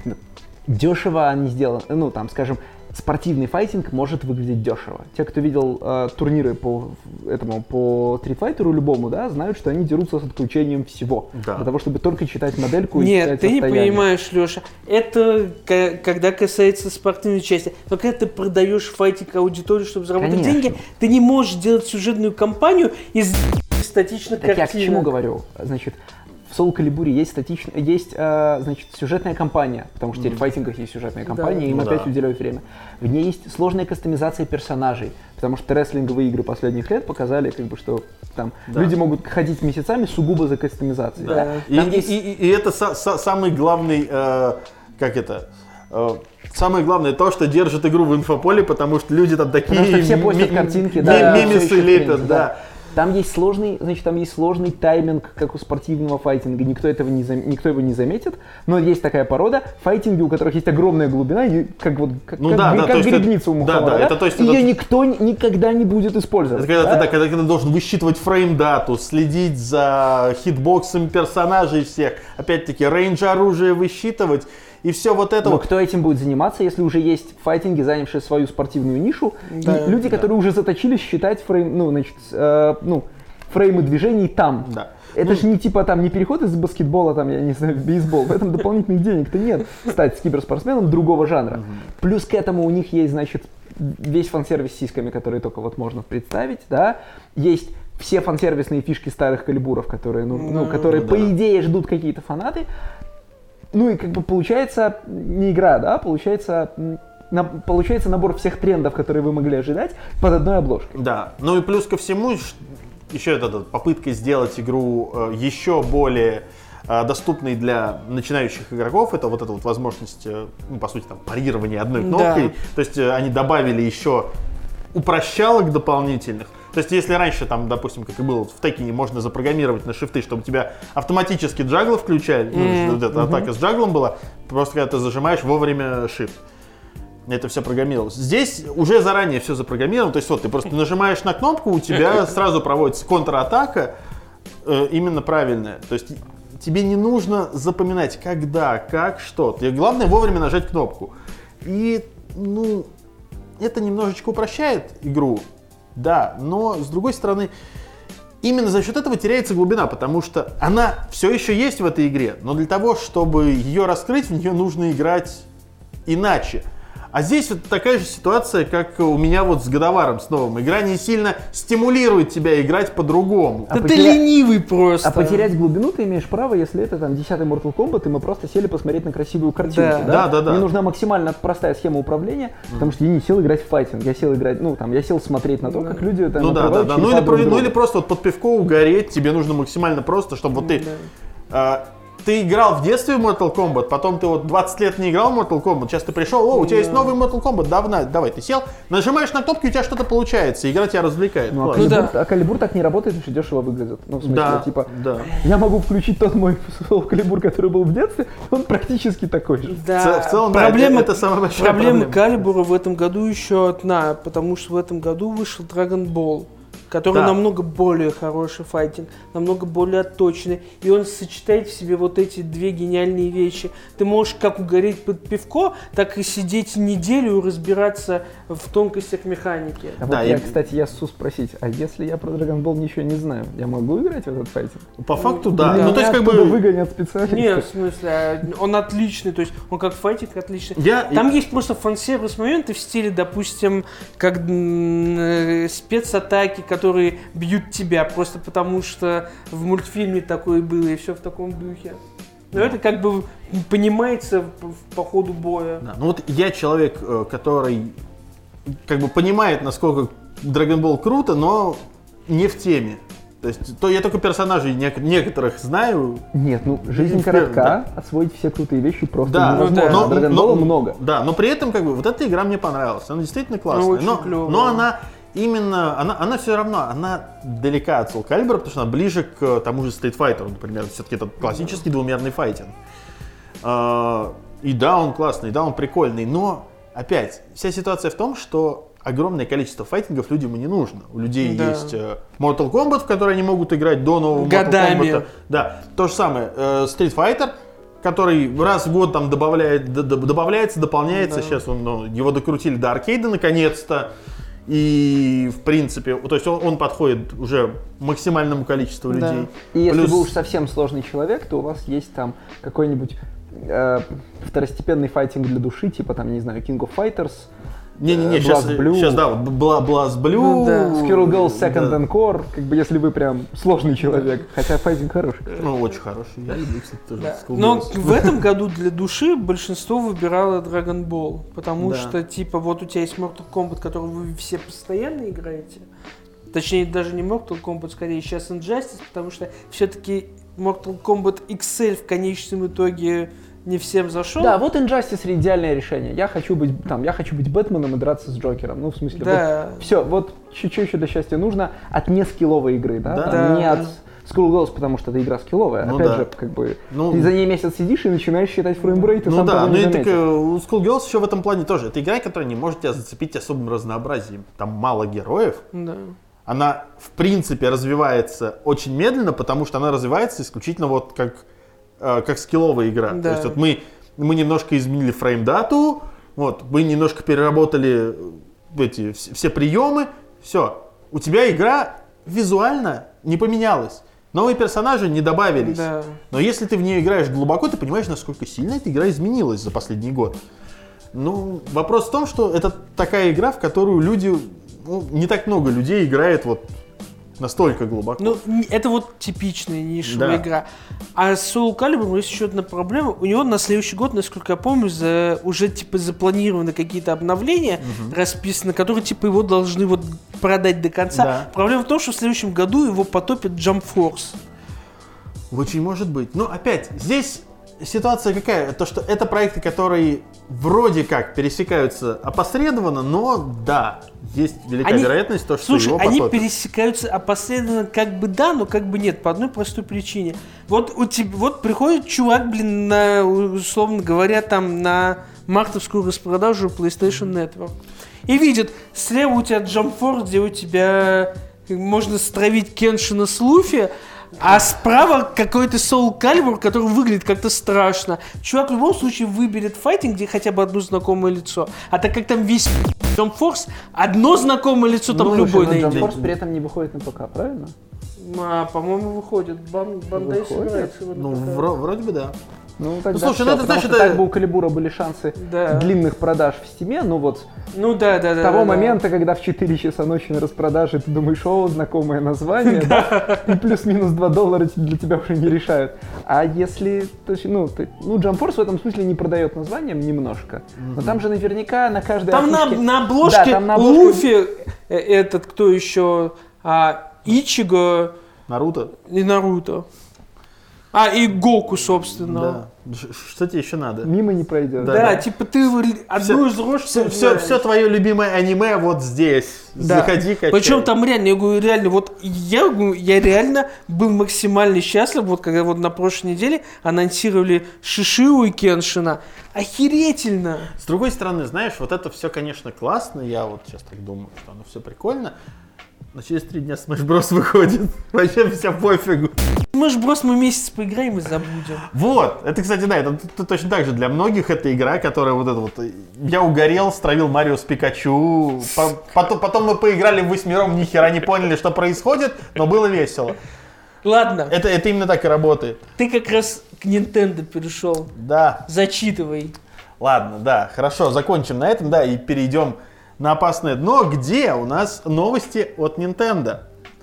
Дешево они сделаны. Ну, там, скажем, спортивный файтинг может выглядеть дешево. Те, кто видел турниры по Street Fighter любому, да, знают, что они дерутся с отключением всего. Да. Для того, чтобы только читать модельку и читать состояние. Нет, ты не понимаешь, Леша. Это когда касается спортивной части. Но когда ты продаешь файтинг аудитории, чтобы заработать деньги, ты не можешь делать сюжетную кампанию из статичных картинок. Я к чему говорю? Значит, в Soul Calibur есть значит, сюжетная кампания, потому что теперь в файтингах есть сюжетная кампания, и им опять уделяют время. В ней есть сложная кастомизация персонажей, потому что рестлинговые игры последних лет показали, как бы, что там люди могут ходить месяцами сугубо за кастомизацией. Да. И это самый главный, самое главное то, что держит игру в инфополе, потому что люди там такие все постят картинки, мемесы лепят, да. Там есть сложный тайминг, как у спортивного файтинга. Никто его не заметит, но есть такая порода файтинги, у которых есть огромная глубина, и как грибница у мухомора. Ее никто никогда не будет использовать. Это когда ты должен высчитывать фрейм-дату, следить за хитбоксом персонажей всех, опять-таки рейндж оружия высчитывать. И все вот это. Но кто этим будет заниматься, если уже есть файтинги, занявшие свою спортивную нишу, и люди, которые уже заточились считать фреймы движений там. Да. Это же не типа там не переход из баскетбола, там, я не знаю, в бейсбол. В этом дополнительных денег-то нет. Стать киберспортсменом другого жанра. Плюс к этому у них есть, значит, весь фан-сервис с сиськами, который только вот можно представить, да. Есть все фан-сервисные фишки старых калибуров, которые, которые по идее ждут какие-то фанаты. Ну и как бы получается не игра, да, получается набор всех трендов, которые вы могли ожидать, под одной обложкой. Да, ну и плюс ко всему, еще эта попытка сделать игру еще более доступной для начинающих игроков, это вот эта вот возможность, ну, по сути, там, парирования одной кнопкой. То есть они добавили еще упрощалок дополнительных. То есть если раньше, там, допустим, как и было в Теккене, можно запрограммировать на шифты, чтобы у тебя автоматически джаглы включали, ну, вот эта атака с джаглом была, просто когда ты зажимаешь вовремя shift. Это все программировалось. Здесь уже заранее все запрограммировано, то есть вот ты просто нажимаешь на кнопку, у тебя сразу проводится контратака, именно правильная. То есть тебе не нужно запоминать, когда, как, что. Тебе главное вовремя нажать кнопку. И, ну, это немножечко упрощает игру, да, но, с другой стороны, именно за счет этого теряется глубина, потому что она все еще есть в этой игре, но для того, чтобы ее раскрыть, в нее нужно играть иначе. А здесь вот такая же ситуация, как у меня вот с Годоваром с новым. Игра не сильно стимулирует тебя играть по-другому. Да ты ленивый просто. А потерять глубину ты имеешь право, если это там 10-й Mortal Kombat, и мы просто сели посмотреть на красивую картинку. Да. Мне нужна максимально простая схема управления, потому что я не сел играть в файтинг, я сел играть, ну там, я сел смотреть на то, как люди там отрывают черепа друг друга. Ну или просто вот под пивко угореть, тебе нужно максимально просто, чтобы вот ты... Ты играл в детстве в Mortal Kombat, потом ты вот 20 лет не играл в Mortal Kombat, сейчас ты пришел, у тебя есть новый Mortal Kombat, давай, ты сел, нажимаешь на кнопки, у тебя что-то получается, игра тебя развлекает. Ну, а Калибур так не работает, очень дешево выглядит. Ну, в смысле, я могу включить тот мой Калибур, который был в детстве, он практически такой же. Да. В целом, это самая большая проблема Калибура в этом году еще одна, потому что в этом году вышел Dragon Ball, который намного более хороший файтинг, намного более отточенный, и он сочетает в себе вот эти две гениальные вещи. Ты можешь как угореть под пивко, так и сидеть неделю и разбираться в тонкостях механики. Кстати, я Су спросить, а если я про Dragon Ball ничего не знаю, я могу играть в этот файтинг? По факту, да. Ну, то есть как бы выгонят специально. Нет, в смысле, он отличный, то есть он как файтинг отличный. Там есть просто фан-сервис моменты в стиле, допустим, как спецатаки, которые бьют тебя просто потому, что в мультфильме такое было, и все в таком духе. Но это как бы понимается по ходу боя. Да. Ну вот я человек, который как бы понимает, насколько Dragon Ball круто, но не в теме. То есть я только персонажей некоторых знаю. Нет, ну жизнь коротка, освоить все крутые вещи просто невозможно. Dragon Ball много. Да, но при этом как бы вот эта игра мне понравилась, она действительно классная. Но она именно, она все равно, она далека от Soul Calibur, потому что она ближе к тому же Street Fighter, например. Все-таки это классический двумерный файтинг. И да, он классный, да, он прикольный, но опять, вся ситуация в том, что огромное количество файтингов людям и не нужно. У людей есть Mortal Kombat, в который они могут играть до нового годами. Mortal Kombat. Да, то же самое, Street Fighter, который раз в год там добавляется, дополняется. Сейчас его докрутили до аркейда наконец-то. И, в принципе, то есть он подходит уже максимальному количеству людей. И если вы уж совсем сложный человек, то у вас есть там какой-нибудь второстепенный файтинг для души, типа там, не знаю, King of Fighters. Сейчас да, вот Blast Blue, Squirrel Girls Second Encore, как бы если вы прям сложный человек, хотя файтинг хороший. Ну, очень хороший, я люблю, кстати, тоже. Но в этом году для души большинство выбирало Dragon Ball, потому что, типа, вот у тебя есть Mortal Kombat, который вы все постоянно играете, точнее, даже не Mortal Kombat, скорее сейчас Injustice, потому что все-таки Mortal Kombat XL в конечном итоге не всем зашел. Да, вот Injustice идеальное решение. Я хочу быть Бэтменом и драться с Джокером. Ну, в смысле, вот, все, вот что еще для счастья нужно от нескилловой игры, да? Не от Skullgirls, потому что это игра скилловая. Опять же, как бы, ты за ней месяц сидишь и начинаешь считать фреймрейт, и сам того не заметил. У Skullgirls еще в этом плане тоже. Это игра, которая не может тебя зацепить особым разнообразием. Там мало героев. Да. Она, в принципе, развивается очень медленно, потому что она развивается исключительно вот как скилловая игра. Да. То есть вот мы немножко изменили фрейм-дату, вот, мы немножко переработали все приемы, все. У тебя игра визуально не поменялась. Новые персонажи не добавились. Да. Но если ты в нее играешь глубоко, ты понимаешь, насколько сильно эта игра изменилась за последний год. Ну, вопрос в том, что это такая игра, в которую люди, не так много людей играет вот Настолько глубоко. Ну, это вот типичная нишевая Да. игра. А с Soul Calibur есть еще одна проблема. У него на следующий год, насколько я помню, уже типа запланированы какие-то обновления, расписаны, которые типа его должны вот продать до конца. Да. Проблема в том, что в следующем году его потопит Jump Force. Очень может быть. Но опять, здесь ситуация какая? То, что это проекты, которые вроде как пересекаются опосредованно, но да, есть великая вероятность, то, что Слушай, его они потопят. пересекаются опосредованно как бы да, но как бы нет, по одной простой причине. Вот у тебя, вот приходит чувак, блин, на, условно говоря, там на мартовскую распродажу PlayStation Network и видит, слева у тебя Jump Force, где у тебя можно стравить Кеншина с Луфи, а справа какой-то Soul Calibur, который выглядит как-то страшно. Чувак в любом случае выберет файтинг, где хотя бы одно знакомое лицо. А так как там весь Jump Force, одно знакомое лицо там любой Слушай, но найдет. Jump Force при этом не выходит на ПК, правильно? По-моему, выходит. Бандай Выходит? собирается его на Ну, ПК. вроде бы да. Ну, тогда слушай, всё, ну это потому значит, что это- так бы у Калибура были шансы Да. длинных продаж в Стиме, ну вот Ну да. с того момента, когда в 4 часа ночи на распродаже ты думаешь, о, знакомое название, да, и плюс-минус $2 для тебя уже не решают. А если, то есть, Jump Force в этом смысле не продает названием немножко, но там же наверняка на каждой Там афишке- на обложке Да, там на обложке- Луфи, этот, кто еще, Ичиго Наруто. и Наруто. И Гоку, собственно. Да. Что тебе еще надо? мимо не пройдет. Да, типа ты одну из рож Все твое любимое аниме вот здесь. Да. Заходи, качай. Причем там реально, я говорю, реально, вот я реально был максимально счастлив, вот когда вот на прошлой неделе анонсировали Шишиу и Кеншина. Охерительно! С другой стороны, знаешь, вот это все, конечно, классно. Я вот сейчас так думаю, что оно все прикольно. Но через 3 дня Smash Bros. Выходит. Вообще все пофигу. Smash Bros. Мы месяц поиграем и забудем. Вот, это, кстати, да, это точно так же для многих это игра, которая вот это вот, я угорел, стравил Марио с Пикачу, потом мы поиграли восьмером, ни хера не поняли, что происходит, но было весело. Ладно, Это именно так и работает. ты как раз к Nintendo перешел. Да, Зачитывай. ладно, да, хорошо, закончим на этом, да, и перейдем на опасное дно, где у нас новости от Nintendo.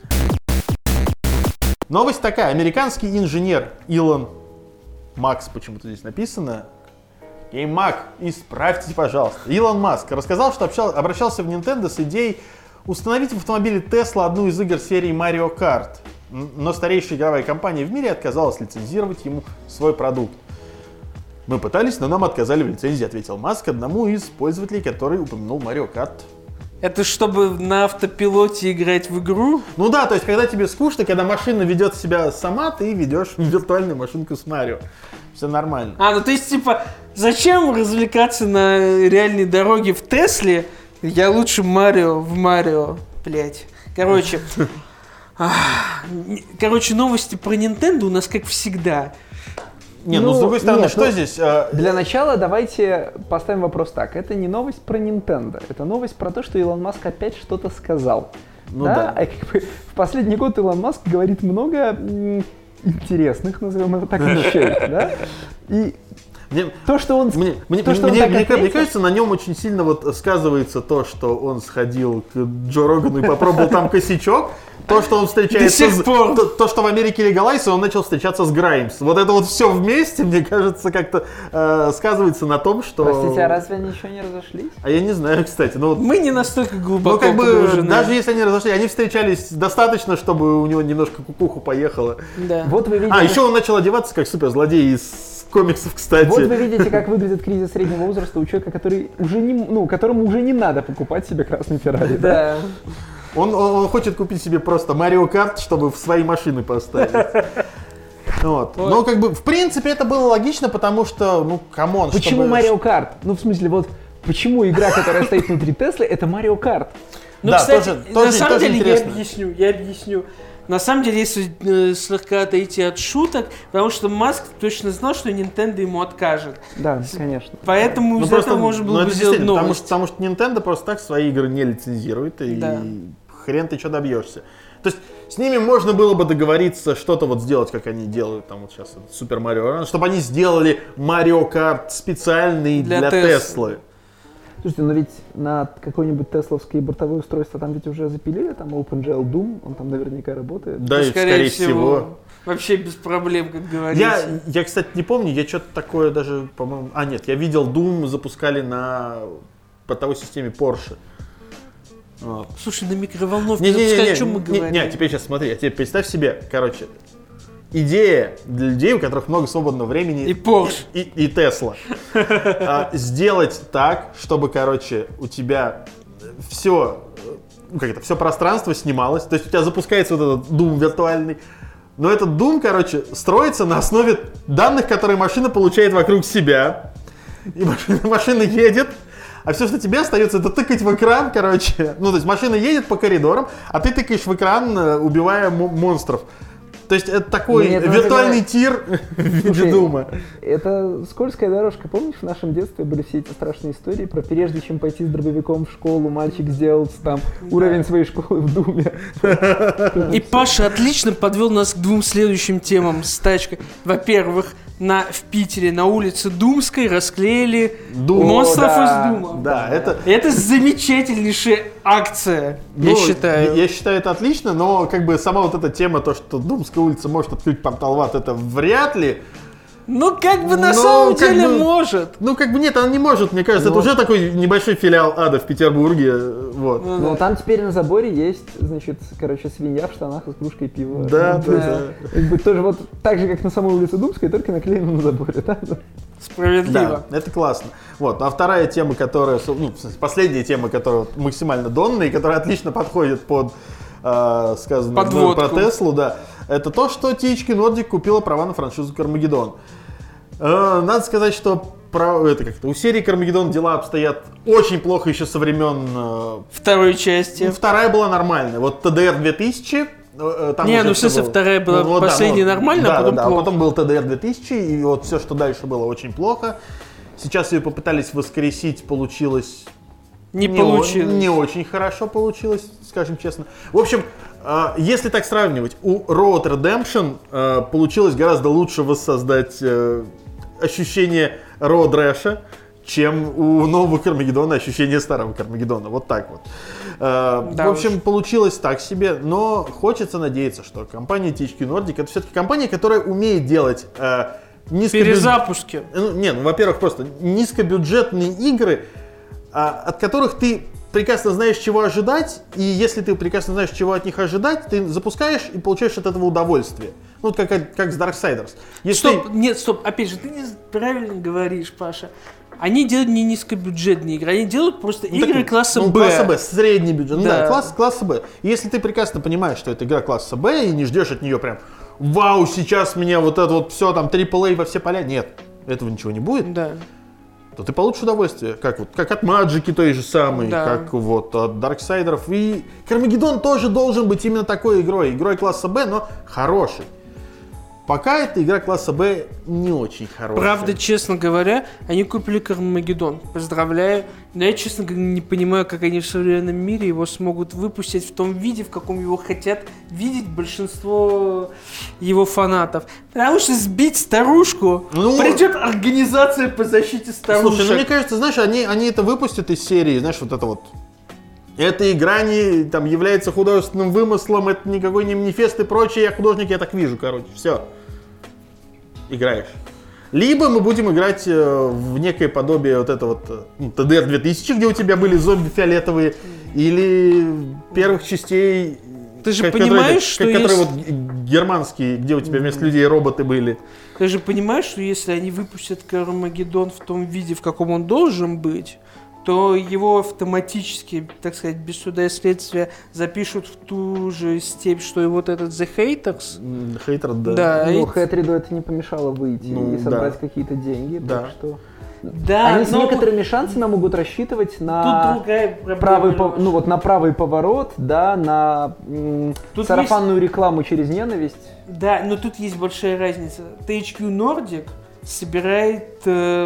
Новость такая. Американский инженер Илон Макс, почему-то здесь написано. Гейммак, исправьте, пожалуйста. Илон Маск рассказал, что обращался в Nintendo с идеей установить в автомобиле Tesla одну из игр серии Mario Kart. Но старейшая игровая компания в мире отказалась лицензировать ему свой продукт. Мы пытались, но нам отказали в лицензии, ответил Маск одному из пользователей, который упомянул Mario Kart. Это чтобы на автопилоте играть в игру? Ну да, то есть, когда тебе скучно, когда машина ведет себя сама, ты ведешь виртуальную машинку с Марио. Все нормально. Ну то есть, типа, зачем развлекаться на реальной дороге в Тесле? Я лучше Марио в Марио, блять. Короче, новости про Nintendo у нас как всегда. Не, ну с другой стороны, нет, что здесь? Для начала давайте поставим вопрос так. Это не новость про Nintendo. Это новость про то, что Илон Маск опять что-то сказал. Ну да. А как бы в последний год Илон Маск говорит много интересных, назовем это так, вещей. Да? И то, что он... Мне кажется, на нем очень сильно вот сказывается то, что он сходил к Джо Рогану и попробовал там косячок. То, что он встречается то, что в Америке легалайз, он начал встречаться с Граймс. Вот это вот все вместе, мне кажется, как-то сказывается на том, что... Простите, а разве они еще не разошлись? А я не знаю, кстати. Мы не настолько глубоко Ну, как бы, погружены. даже если они разошлись, они встречались достаточно, чтобы у него немножко кукуха поехала. Да. Вот вы видите... Еще он начал одеваться как суперзлодей из комиксов, кстати. Вот вы видите, как выглядит кризис среднего возраста у человека, который уже не, которому уже не надо покупать себе красный Феррари. Да. Он хочет купить себе просто Mario Kart, чтобы в свои машины поставить. Вот. Но как бы, в принципе, это было логично, потому что, ну, камон. Почему Mario Kart? Ну, в смысле, вот почему игра, которая стоит внутри Теслы, это Mario Kart? Ну, Да, кстати, тоже на самом деле интересно. я объясню. На самом деле, если слегка отойти от шуток, потому что Маск точно знал, что Nintendo ему откажет. Да, конечно. Поэтому из этого можно было бы сделать новость. Потому что Nintendo просто так свои игры не лицензирует, и Да. хрен ты что добьешься. То есть с ними можно было бы договориться что-то вот сделать, как они делают там вот сейчас Super Mario Run, чтобы они сделали Mario Kart специальный для Теслы. Теслы. Слушайте, но ведь на какое-нибудь тесловское бортовое устройство там ведь уже запилили, там OpenGL Doom, он там наверняка работает. Да, и скорее всего. Вообще без проблем, как говорится. Я, кстати, не помню, я что-то такое даже, по-моему... нет, я видел Doom запускали на бортовой системе Porsche. Вот. Слушай, на микроволновке запускали, о чем мы говорим? Нет, теперь сейчас смотри, теперь представь себе, идея для людей, у которых много свободного времени. И Porsche. И Tesla. Сделать так, чтобы, у тебя все пространство снималось. То есть у тебя запускается вот этот Doom виртуальный. Но этот Doom, строится на основе данных, которые машина получает вокруг себя. И машина едет. А все, что тебе остается, это тыкать в экран, то есть машина едет по коридорам, а ты тыкаешь в экран, убивая монстров. То есть это такой виртуальный тир в виде Дума. Это скользкая дорожка. Помнишь, в нашем детстве были все эти страшные истории про прежде чем пойти с дробовиком в школу, мальчик сделал там уровень своей школы в Думе. И Паша отлично подвел нас к двум следующим темам с тачкой. Во-первых, в Питере на улице Думской расклеили монстров из Дума. Да, это замечательнейшая акция, я считаю. Я считаю, это отлично, но сама вот эта тема, то, что Думская улица может открыть портал в ад, это вряд ли. На самом деле может. Нет, она не может, мне кажется, это уже такой небольшой филиал ада в Петербурге. Вот. Но там теперь на заборе есть, свинья в штанах с кружкой пива. Да. Тоже вот так же, как на самой улице Думской, только наклеено на заборе, да? Справедливо. Да, это классно. Вот. А вторая тема, последняя тема, которая максимально донная и которая отлично подходит под сказанное про Теслу, да, это то, что THQ Nordic купила права на франшизу Carmageddon. Надо сказать, что у серии Carmageddon дела обстоят очень плохо еще со времен второй части. Вторая была нормальная. Вот TDR 2000. Вторая была последняя нормальная, а потом был TDR 2000, и вот все, что дальше было, очень плохо. Сейчас ее попытались воскресить, получилось... Не очень хорошо получилось, скажем честно. В общем, если так сравнивать, у Road Redemption получилось гораздо лучше воссоздать ощущение Road Rash, чем у нового Carmageddon ощущение старого Carmageddon. Вот так вот. В общем, получилось так себе, но хочется надеяться, что компания THQ Nordic это все-таки компания, которая умеет делать перезапуски. Во-первых, просто низкобюджетные игры, от которых ты прекрасно знаешь, чего ожидать, и если ты прекрасно знаешь, чего от них ожидать, ты запускаешь и получаешь от этого удовольствие. Как с Darksiders. Стоп, опять же, ты неправильно говоришь, Паша. Они делают не низкобюджетные игры, они делают просто игры класса Б. Класса Б, средний бюджет. Да, класса Б. И если ты прекрасно понимаешь, что это игра класса Б, и не ждешь от нее прям, вау, сейчас мне вот это вот все там AAA во все поля, нет, этого ничего не будет. Да. То ты получишь удовольствие, как от Маджики той же самой, как от Дарксайдеров. И Carmageddon тоже должен быть именно такой игрой класса Б, но хороший. Пока эта игра класса Б не очень хорошая. Правда, честно говоря, они купили Carmageddon. Поздравляю. Но я, честно говоря, не понимаю, как они в современном мире его смогут выпустить в том виде, в каком его хотят видеть большинство его фанатов. Потому что сбить старушку придет организация по защите старушек. Слушай, мне кажется, знаешь, они это выпустят из серии, знаешь, вот это вот. Эта игра не является художественным вымыслом, это никакой не манифест и прочее, я художник, я так вижу, все. Играешь. Либо мы будем играть в некое подобие вот этого TDR 2000, где у тебя были зомби фиолетовые, или первых частей, ты же понимаешь, что которые вот германские, где у тебя вместо людей роботы были. Ты же понимаешь, что если они выпустят Carmageddon в том виде, в каком он должен быть, то его автоматически, так сказать, без суда и следствия запишут в ту же степь, что и вот этот The Haters. Hater, да. Хэтриду это не помешало выйти и собрать какие-то деньги, так что... Да, они с некоторыми шансами могут рассчитывать на правый поворот, да, на сарафанную рекламу через ненависть. Да, но тут есть большая разница. THQ Nordic собирает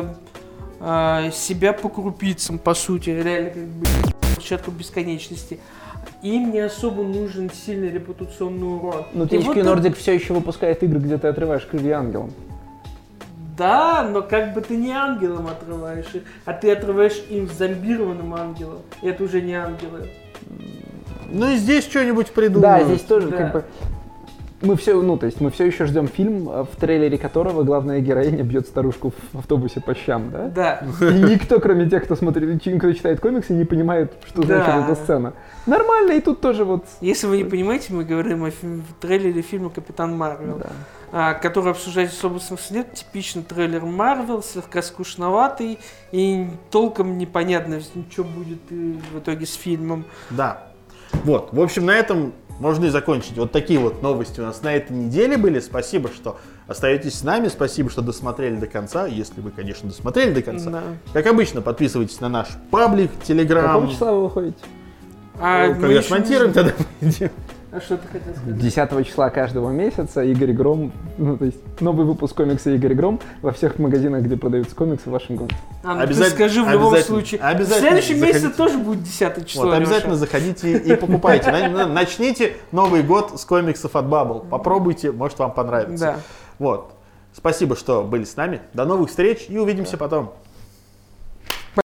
себя по крупицам, по сути, реально площадку бесконечности. Им не особо нужен сильный репутационный урон. Но THQ Nordic все еще выпускает игры, где ты отрываешь крылья ангелам. Да, но как бы ты не ангелом отрываешь их, а ты отрываешь им зомбированным ангелом. И это уже не ангелы. Ну и здесь что-нибудь придумают. Да, здесь тоже Да. как бы... Мы все, ну, то есть мы все еще ждем фильм, в трейлере которого главная героиня бьет старушку в автобусе по щам, да? Да. И никто, кроме тех, кто смотрит, кто читает комиксы, не понимает, что Да. значит эта сцена. Нормально, и тут тоже вот... Если вы не понимаете, мы говорим о трейлере фильма «Капитан Марвел», который обсуждать особо смысла нет. Типичный трейлер Марвел, слегка скучноватый и толком непонятно, что будет в итоге с фильмом. Да. Вот, в общем, на этом можно и закончить. Вот такие вот новости у нас на этой неделе были. Спасибо, что остаетесь с нами. Спасибо, что досмотрели до конца. Если вы, конечно, досмотрели до конца. Да. Как обычно, подписывайтесь на наш паблик, телеграм. Какого числа вы выходите? Мы Когда еще смонтируем, не тогда выйдем. А что ты хотел сказать? 10 числа каждого месяца Игорь Гром, ну, то есть новый выпуск комикса Игорь Гром во всех магазинах, где продаются комиксы в вашем городе. Ну ты Обязательно- скажи в любом обязательно- случае. В обязательно следующем месяце заходите. тоже будет 10 число, Вот, обязательно Лёша. заходите и покупайте. Начните Новый год с комиксов от Bubble. Попробуйте, может вам понравится. Да. Вот. Спасибо, что были с нами. До новых встреч и увидимся потом.